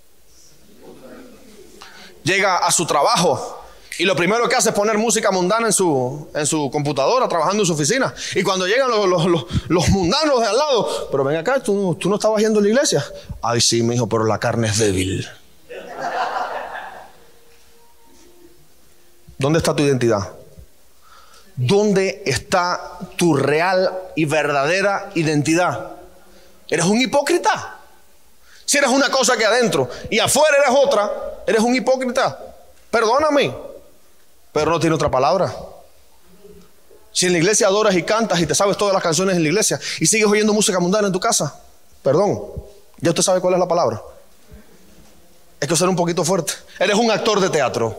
Llega a su trabajo y lo primero que hace es poner música mundana en su computadora, trabajando en su oficina. Y cuando llegan los mundanos de al lado, pero ven acá, ¿tú no estabas yendo a la iglesia? Ay sí, mi hijo, pero la carne es débil. ¿Dónde está tu identidad? ¿Dónde está tu real y verdadera identidad? ¿Eres un hipócrita? Si eres una cosa que adentro y afuera eres otra, eres un hipócrita. Perdóname, pero no tiene otra palabra. Si en la iglesia adoras y cantas y te sabes todas las canciones en la iglesia y sigues oyendo música mundana en tu casa, perdón, ya usted sabe cuál es la palabra. Es que ser un poquito fuerte. Eres un actor de teatro.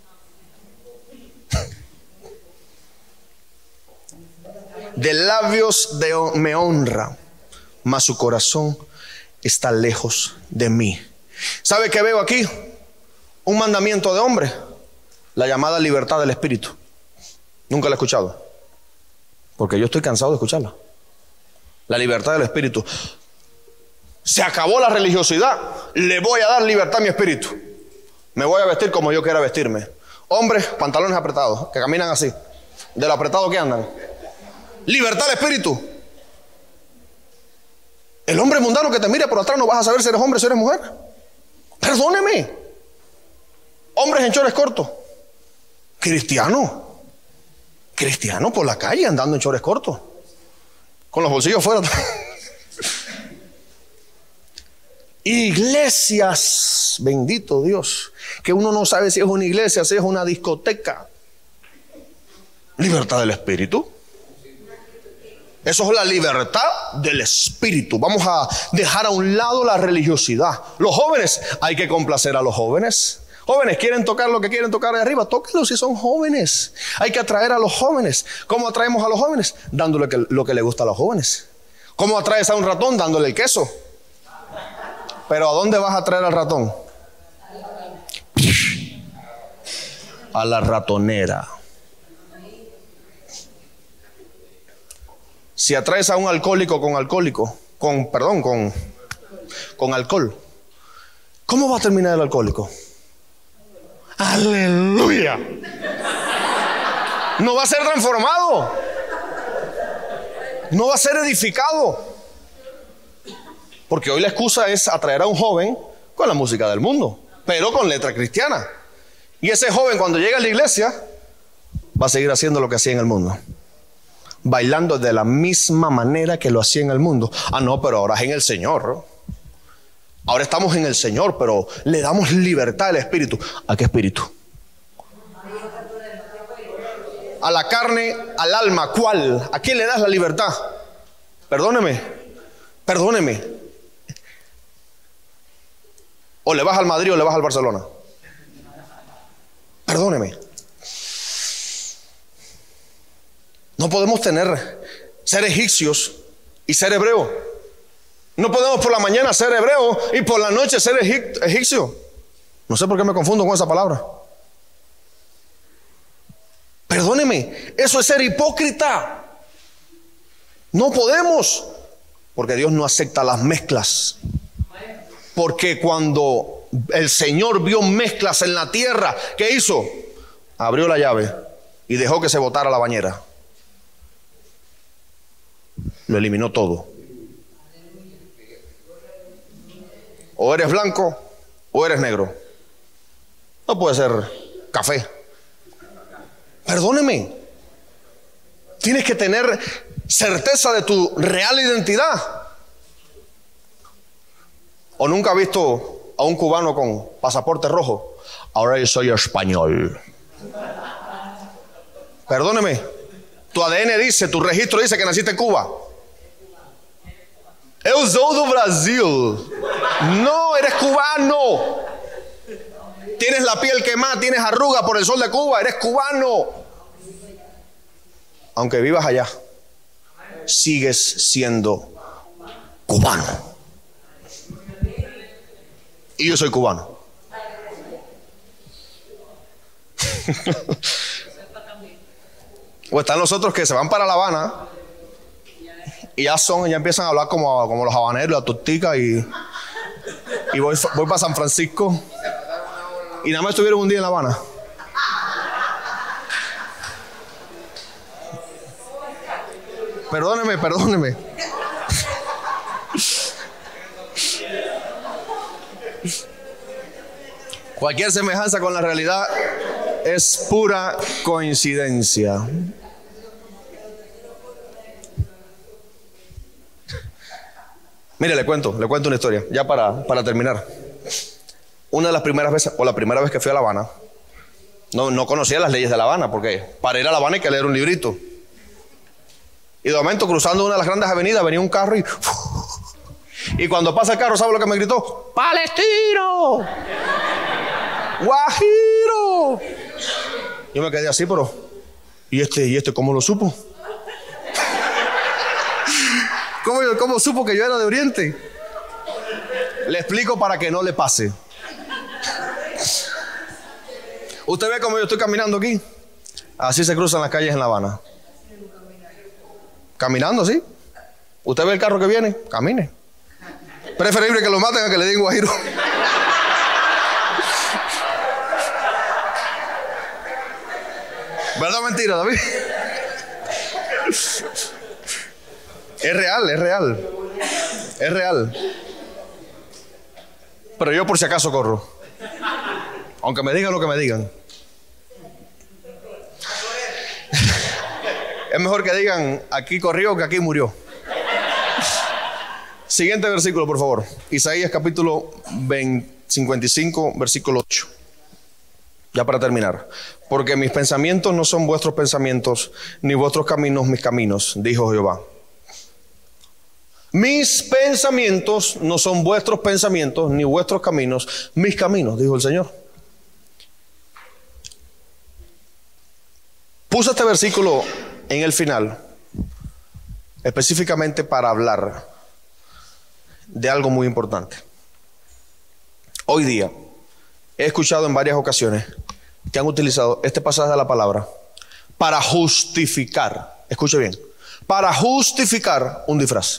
De labios me honra, mas su corazón está lejos de mí. ¿Sabe qué veo aquí? Un mandamiento de hombre, la llamada libertad del espíritu. Nunca la he escuchado, porque yo estoy cansado de escucharla. La libertad del espíritu. Se acabó la religiosidad, le voy a dar libertad a mi espíritu. Me voy a vestir como yo quiera vestirme. Hombres, pantalones apretados, que caminan así, de lo apretado que andan. Libertad al espíritu. El hombre mundano que te mire por atrás no vas a saber si eres hombre o si eres mujer. Perdóneme. Hombres en chores cortos. Cristiano por la calle andando en chores cortos, con los bolsillos fuera. Iglesias, bendito Dios, que uno no sabe si es una iglesia, si es una discoteca. Libertad del espíritu. Eso es la libertad del espíritu. Vamos a dejar a un lado la religiosidad. Los jóvenes, hay que complacer a los jóvenes. Jóvenes, quieren tocar lo que quieren tocar de arriba, tóquenlo si son jóvenes. Hay que atraer a los jóvenes. ¿Cómo atraemos a los jóvenes? Dándole lo que le gusta a los jóvenes. ¿Cómo atraes a un ratón? Dándole el queso. Pero ¿a dónde vas a traer al ratón? A la ratonera. Si atraes a un alcohólico con alcohol, ¿cómo va a terminar el alcohólico? ¡Aleluya! No va a ser transformado, no va a ser edificado, porque hoy la excusa es atraer a un joven con la música del mundo, pero con letra cristiana. Y ese joven, cuando llega a la iglesia, va a seguir haciendo lo que hacía en el mundo, bailando de la misma manera que lo hacía en el mundo. Ah, no, pero ahora es en el Señor. Ahora estamos en el Señor, pero le damos libertad al espíritu. ¿A qué espíritu? A la carne, al alma. ¿Cuál? ¿A quién le das la libertad? Perdóneme. O le vas al Madrid o le vas al Barcelona. Perdóneme. No podemos ser egipcios y ser hebreos. No podemos por la mañana ser hebreo y por la noche ser egipcio. No sé por qué me confundo con esa palabra. Perdóneme, eso es ser hipócrita. No podemos, porque Dios no acepta las mezclas. Porque cuando el Señor vio mezclas en la tierra, ¿qué hizo? Abrió la llave y dejó que se botara la bañera. Lo eliminó todo. O eres blanco o eres negro. No puede ser café. Perdóneme. Tienes que tener certeza de tu real identidad. ¿O nunca has visto a un cubano con pasaporte rojo? Ahora yo soy español. Perdóneme. Tu ADN dice, tu registro dice que naciste en Cuba. Eu sou do Brasil. No, eres cubano. Tienes la piel quemada, tienes arruga por el sol de Cuba, eres cubano. Aunque vivas allá, sigues siendo cubano. Y yo soy cubano. O están los otros que se van para La Habana y ya empiezan a hablar como los habaneros, la tortica, y voy para San Francisco y nada más estuvieron un día en La Habana. Perdóneme. Cualquier semejanza con la realidad es pura coincidencia. Mire, le cuento una historia, ya para terminar. Una de las primeras veces, o la primera vez que fui a La Habana, no conocía las leyes de La Habana, porque para ir a La Habana hay que leer un librito. Y de momento, cruzando una de las grandes avenidas, venía un carro y cuando pasa el carro, ¿sabe lo que me gritó? ¡Palestino! ¡Guajiro! Yo me quedé así, pero ¿y este cómo lo supo? ¿Cómo supo que yo era de Oriente? Le explico para que no le pase. Usted ve cómo yo estoy caminando aquí. Así se cruzan las calles en La Habana. Caminando así. Usted ve el carro que viene, camine. Preferible que lo maten a que le den guajiro. ¿Verdad o mentira, David? Es real. Pero yo por si acaso corro. Aunque me digan lo que me digan. Es mejor que digan aquí corrió que aquí murió. Siguiente versículo, por favor. Isaías capítulo 55, versículo 8. Ya para terminar. Porque mis pensamientos no son vuestros pensamientos, ni vuestros caminos mis caminos, dijo Jehová. Mis pensamientos no son vuestros pensamientos, ni vuestros caminos mis caminos, dijo el Señor. Puse este versículo en el final, específicamente para hablar de algo muy importante. Hoy día he escuchado en varias ocasiones que han utilizado este pasaje de la palabra para justificar, escuche bien, para justificar un disfraz.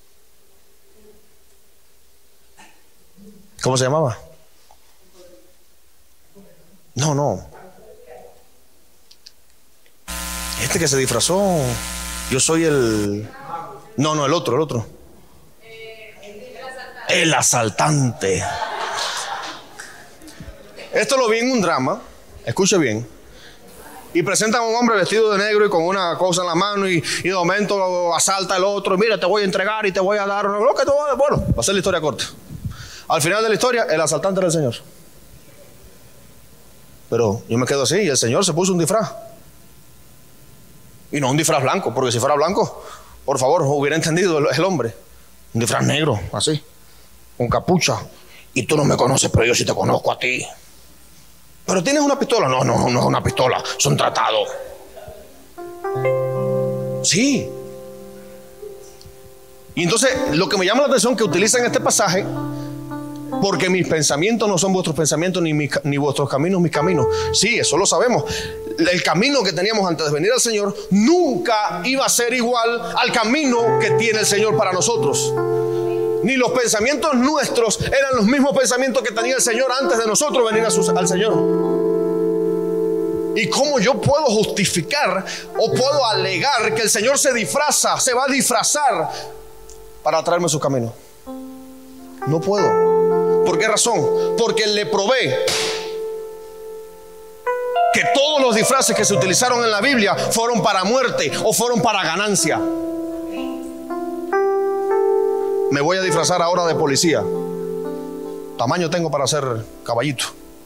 ¿Cómo se llamaba? No. Este que se disfrazó. Yo soy el... No, el otro. El asaltante. Esto lo vi en un drama. Escuche bien. Y presentan a un hombre vestido de negro y con una cosa en la mano y de momento asalta al otro. Mira, te voy a entregar y te voy a dar lo que te voy a dar. Bueno, va a ser la historia corta. Al final de la historia, el asaltante era el Señor. Pero yo me quedo así y el Señor se puso un disfraz. Y no un disfraz blanco, porque si fuera blanco, por favor, hubiera entendido el hombre. Un disfraz negro, así, con capucha. Y tú no me conoces, pero yo sí te conozco a ti. Pero tienes una pistola. No es una pistola, son tratados. Sí. Y entonces lo que me llama la atención es que utilizan este pasaje, porque mis pensamientos no son vuestros pensamientos, ni vuestros caminos mis caminos. Sí, eso lo sabemos. El camino que teníamos antes de venir al Señor nunca iba a ser igual al camino que tiene el Señor para nosotros. Ni los pensamientos nuestros eran los mismos pensamientos que tenía el Señor antes de nosotros venir al Señor. ¿Y cómo yo puedo justificar o puedo alegar que el Señor se va a disfrazar para traerme su camino? No puedo. ¿Por qué razón? Porque le probé que todos los disfraces que se utilizaron en la Biblia fueron para muerte o fueron para ganancia. Me voy a disfrazar ahora de policía. Tamaño tengo para ser caballito.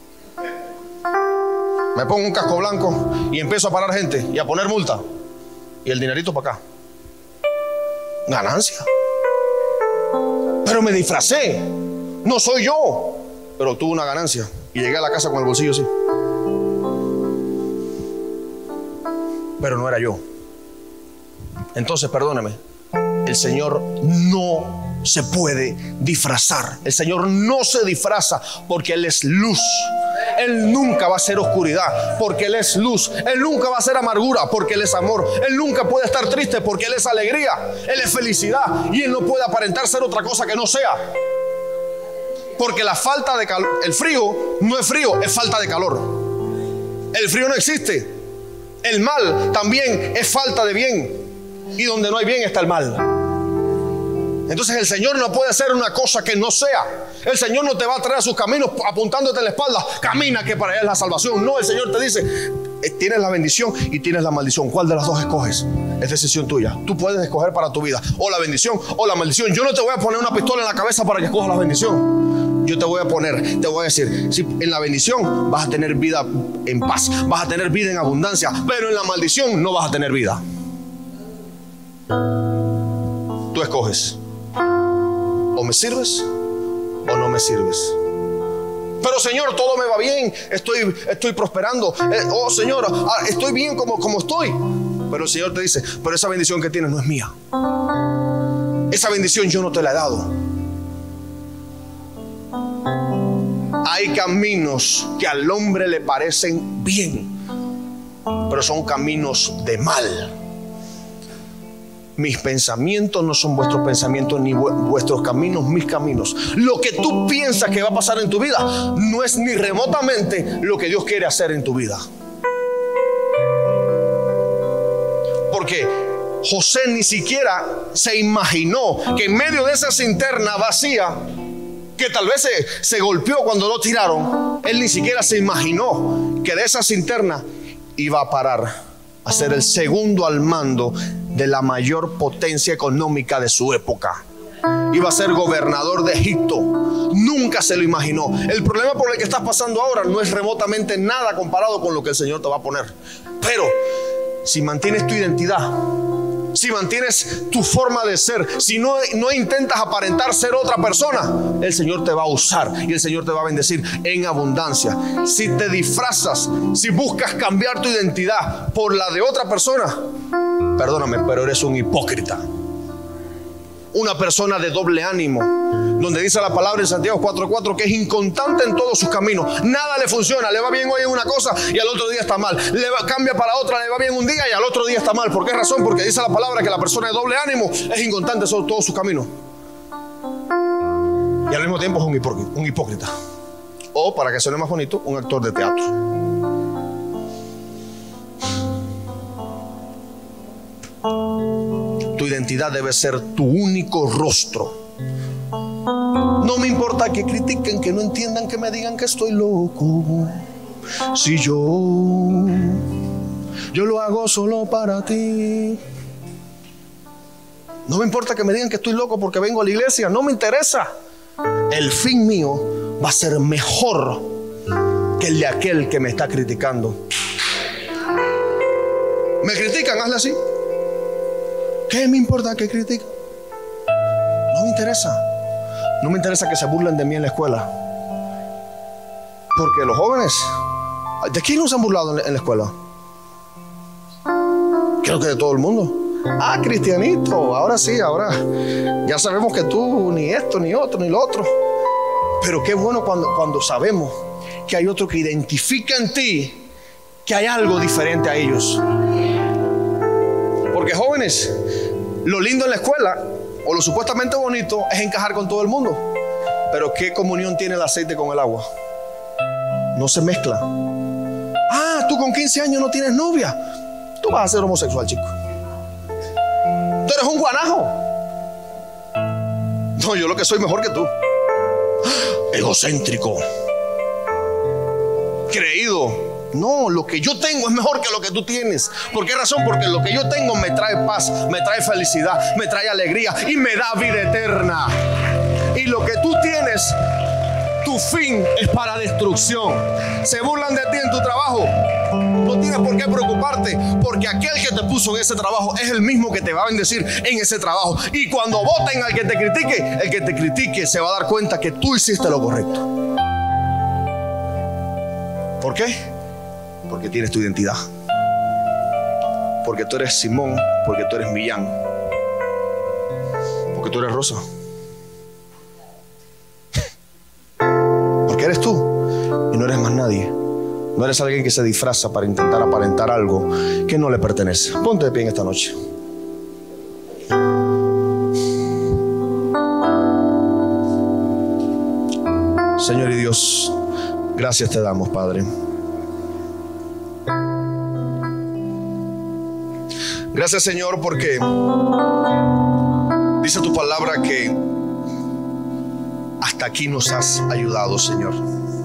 Me pongo un casco blanco y empiezo a parar gente y a poner multa. Y el dinerito para acá. Ganancia. Pero me disfracé. No soy yo. Pero tuve una ganancia. Y llegué a la casa con el bolsillo así. Pero no era yo. Entonces, perdóneme. El Señor no se puede disfrazar. El Señor no se disfraza porque Él es luz. Él nunca va a ser oscuridad porque Él es luz. Él nunca va a ser amargura porque Él es amor. Él nunca puede estar triste porque Él es alegría. Él es felicidad y Él no puede aparentar ser otra cosa que no sea. Porque la falta de calor, el frío no es frío, es falta de calor. El frío no existe. El mal también es falta de bien. Y donde no hay bien está el mal. Entonces el Señor no puede hacer una cosa que no sea. El Señor no te va a traer a sus caminos apuntándote en la espalda. Camina que para allá es la salvación. No, el Señor te dice, tienes la bendición y tienes la maldición. ¿Cuál de las dos escoges? Es decisión tuya. Tú puedes escoger para tu vida o la bendición o la maldición. Yo no te voy a poner una pistola en la cabeza para que escojas la bendición. Yo te voy a decir, si en la bendición vas a tener vida en paz, vas a tener vida en abundancia, pero en la maldición no vas a tener vida. Tú escoges. O me sirves o no me sirves. Pero Señor, todo me va bien, estoy prosperando. Oh Señor, estoy bien como estoy. Pero el Señor te dice, pero esa bendición que tienes no es mía. Esa bendición yo no te la he dado. Hay caminos que al hombre le parecen bien, pero son caminos de mal. Mis pensamientos no son vuestros pensamientos, ni vuestros caminos mis caminos. Lo que tú piensas que va a pasar en tu vida no es ni remotamente lo que Dios quiere hacer en tu vida. Porque José ni siquiera se imaginó que en medio de esa cisterna vacía, que tal vez se golpeó cuando lo tiraron, él ni siquiera se imaginó que de esa cisterna iba a parar a ser el segundo al mando de la mayor potencia económica de su época. Iba a ser gobernador de Egipto. Nunca se lo imaginó. El problema por el que estás pasando ahora no es remotamente nada comparado con lo que el Señor te va a poner. Pero si mantienes tu identidad, si mantienes tu forma de ser, si no intentas aparentar ser otra persona, el Señor te va a usar y el Señor te va a bendecir en abundancia. Si te disfrazas, si buscas cambiar tu identidad por la de otra persona, perdóname, pero eres un hipócrita, una persona de doble ánimo. donde dice la palabra en Santiago 4:4 que es inconstante en todos sus caminos. Nada le funciona, le va bien hoy en una cosa y al otro día está mal. Cambia para otra, le va bien un día y al otro día está mal. ¿Por qué razón? Porque dice la palabra que la persona de doble ánimo es inconstante en todos sus caminos. Y al mismo tiempo es un hipócrita. O, para que suene más bonito, un actor de teatro. Tu identidad debe ser tu único rostro. No me importa que critiquen, que no entiendan, que me digan que estoy loco. Si yo lo hago solo para ti. No me importa que me digan que estoy loco porque vengo a la iglesia. No me interesa. El fin mío va a ser mejor que el de aquel que me está criticando. ¿Me critican? Hazle así. ¿Qué me importa que critiquen? No me interesa. No me interesa que se burlen de mí en la escuela. Porque los jóvenes, ¿de quién nos han burlado en la escuela? Creo que de todo el mundo. Ah, cristianito, ahora sí, ahora ya sabemos que tú ni esto, ni otro, ni lo otro. Pero qué bueno cuando sabemos que hay otro que identifica en ti que hay algo diferente a ellos. Porque jóvenes, lo lindo en la escuela o lo supuestamente bonito es encajar con todo el mundo. Pero ¿qué comunión tiene el aceite con el agua? No se mezcla. Ah, tú con 15 años no tienes novia. Tú vas a ser homosexual, chico. Tú eres un guanajo. No, yo lo que soy mejor que tú. Egocéntrico. Creído. No, lo que yo tengo es mejor que lo que tú tienes. ¿Por qué razón? Porque lo que yo tengo me trae paz, me trae felicidad, me trae alegría y me da vida eterna. Y lo que tú tienes, tu fin es para destrucción. Se burlan de ti en tu trabajo. No tienes por qué preocuparte, porque aquel que te puso en ese trabajo es el mismo que te va a bendecir en ese trabajo. Y cuando voten al que te critique, el que te critique se va a dar cuenta que tú hiciste lo correcto. ¿Por qué? Porque tienes tu identidad. Porque tú eres Simón, porque tú eres Millán, porque tú eres Rosa, porque eres tú y no eres más nadie. No eres alguien que se disfraza para intentar aparentar algo que no le pertenece. Ponte de pie en esta noche. Señor y Dios, gracias te damos, Padre. Gracias, Señor, porque dice tu palabra que hasta aquí nos has ayudado, Señor.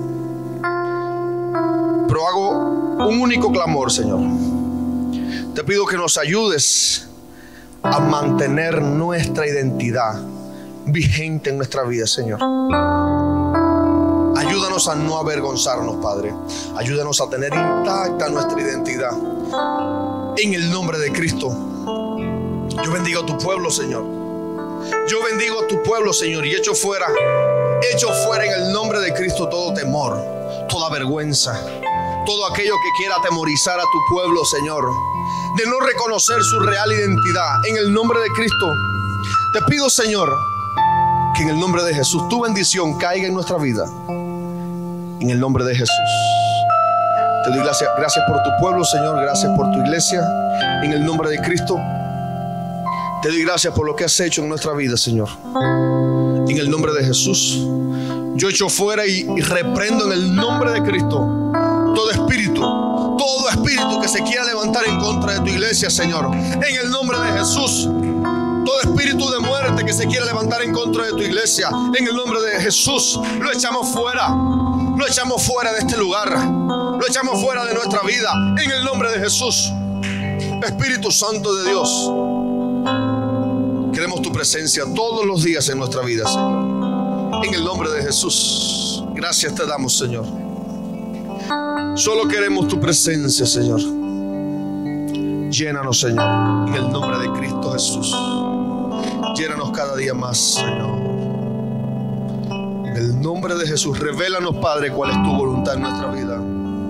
Pero hago un único clamor, Señor. Te pido que nos ayudes a mantener nuestra identidad vigente en nuestra vida, Señor. Ayúdanos a no avergonzarnos, Padre. Ayúdanos a tener intacta nuestra identidad. En el nombre de Cristo. Yo bendigo a tu pueblo, Señor. Yo bendigo a tu pueblo, Señor, y echo fuera en el nombre de Cristo todo temor, toda vergüenza, todo aquello que quiera atemorizar a tu pueblo, Señor, de no reconocer su real identidad. En el nombre de Cristo te pido, Señor, que en el nombre de Jesús tu bendición caiga en nuestra vida. En el nombre de Jesús te doy gracias por tu pueblo, Señor. Gracias por tu iglesia. En el nombre de Cristo te doy gracias por lo que has hecho en nuestra vida, Señor. En el nombre de Jesús yo echo fuera y reprendo en el nombre de Cristo todo espíritu que se quiera levantar en contra de tu iglesia, Señor. En el nombre de Jesús, todo espíritu de muerte que se quiera levantar en contra de tu iglesia, en el nombre de Jesús, lo echamos fuera. Lo echamos fuera de este lugar. Lo echamos fuera de nuestra vida. En el nombre de Jesús. Espíritu Santo de Dios, queremos tu presencia todos los días en nuestra vida, Señor. En el nombre de Jesús. Gracias te damos, Señor. Solo queremos tu presencia, Señor. Llénanos, Señor. En el nombre de Cristo Jesús. Llénanos cada día más, Señor. En el nombre de Jesús, revélanos, Padre, cuál es tu voluntad en nuestra vida.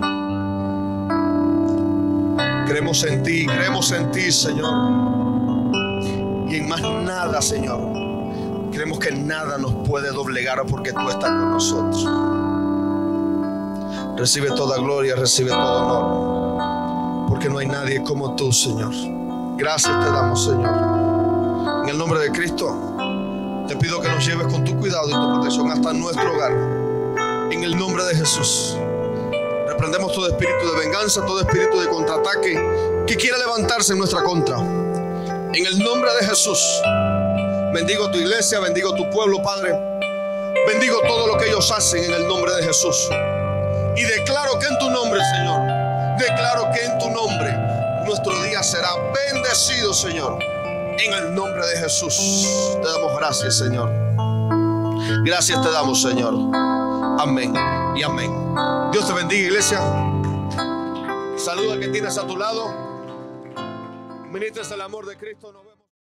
Creemos en ti, Señor. Y en más nada, Señor, Creemos que nada nos puede doblegar porque tú estás con nosotros. Recibe toda gloria, recibe todo honor, porque no hay nadie como tú, Señor. Gracias te damos, Señor. En el nombre de Cristo, te pido que nos lleves con tu cuidado y tu protección hasta nuestro hogar. En el nombre de Jesús. Reprendemos todo espíritu de venganza, todo espíritu de contraataque que quiera levantarse en nuestra contra. En el nombre de Jesús. Bendigo tu iglesia, bendigo tu pueblo, Padre. Bendigo todo lo que ellos hacen en el nombre de Jesús. Y declaro que en tu nombre, Señor, declaro que en tu nombre nuestro día será bendecido, Señor. En el nombre de Jesús. Te damos gracias, Señor. Gracias te damos, Señor. Amén y amén. Dios te bendiga, iglesia. Saluda al que tienes a tu lado. Ministres el amor de Cristo.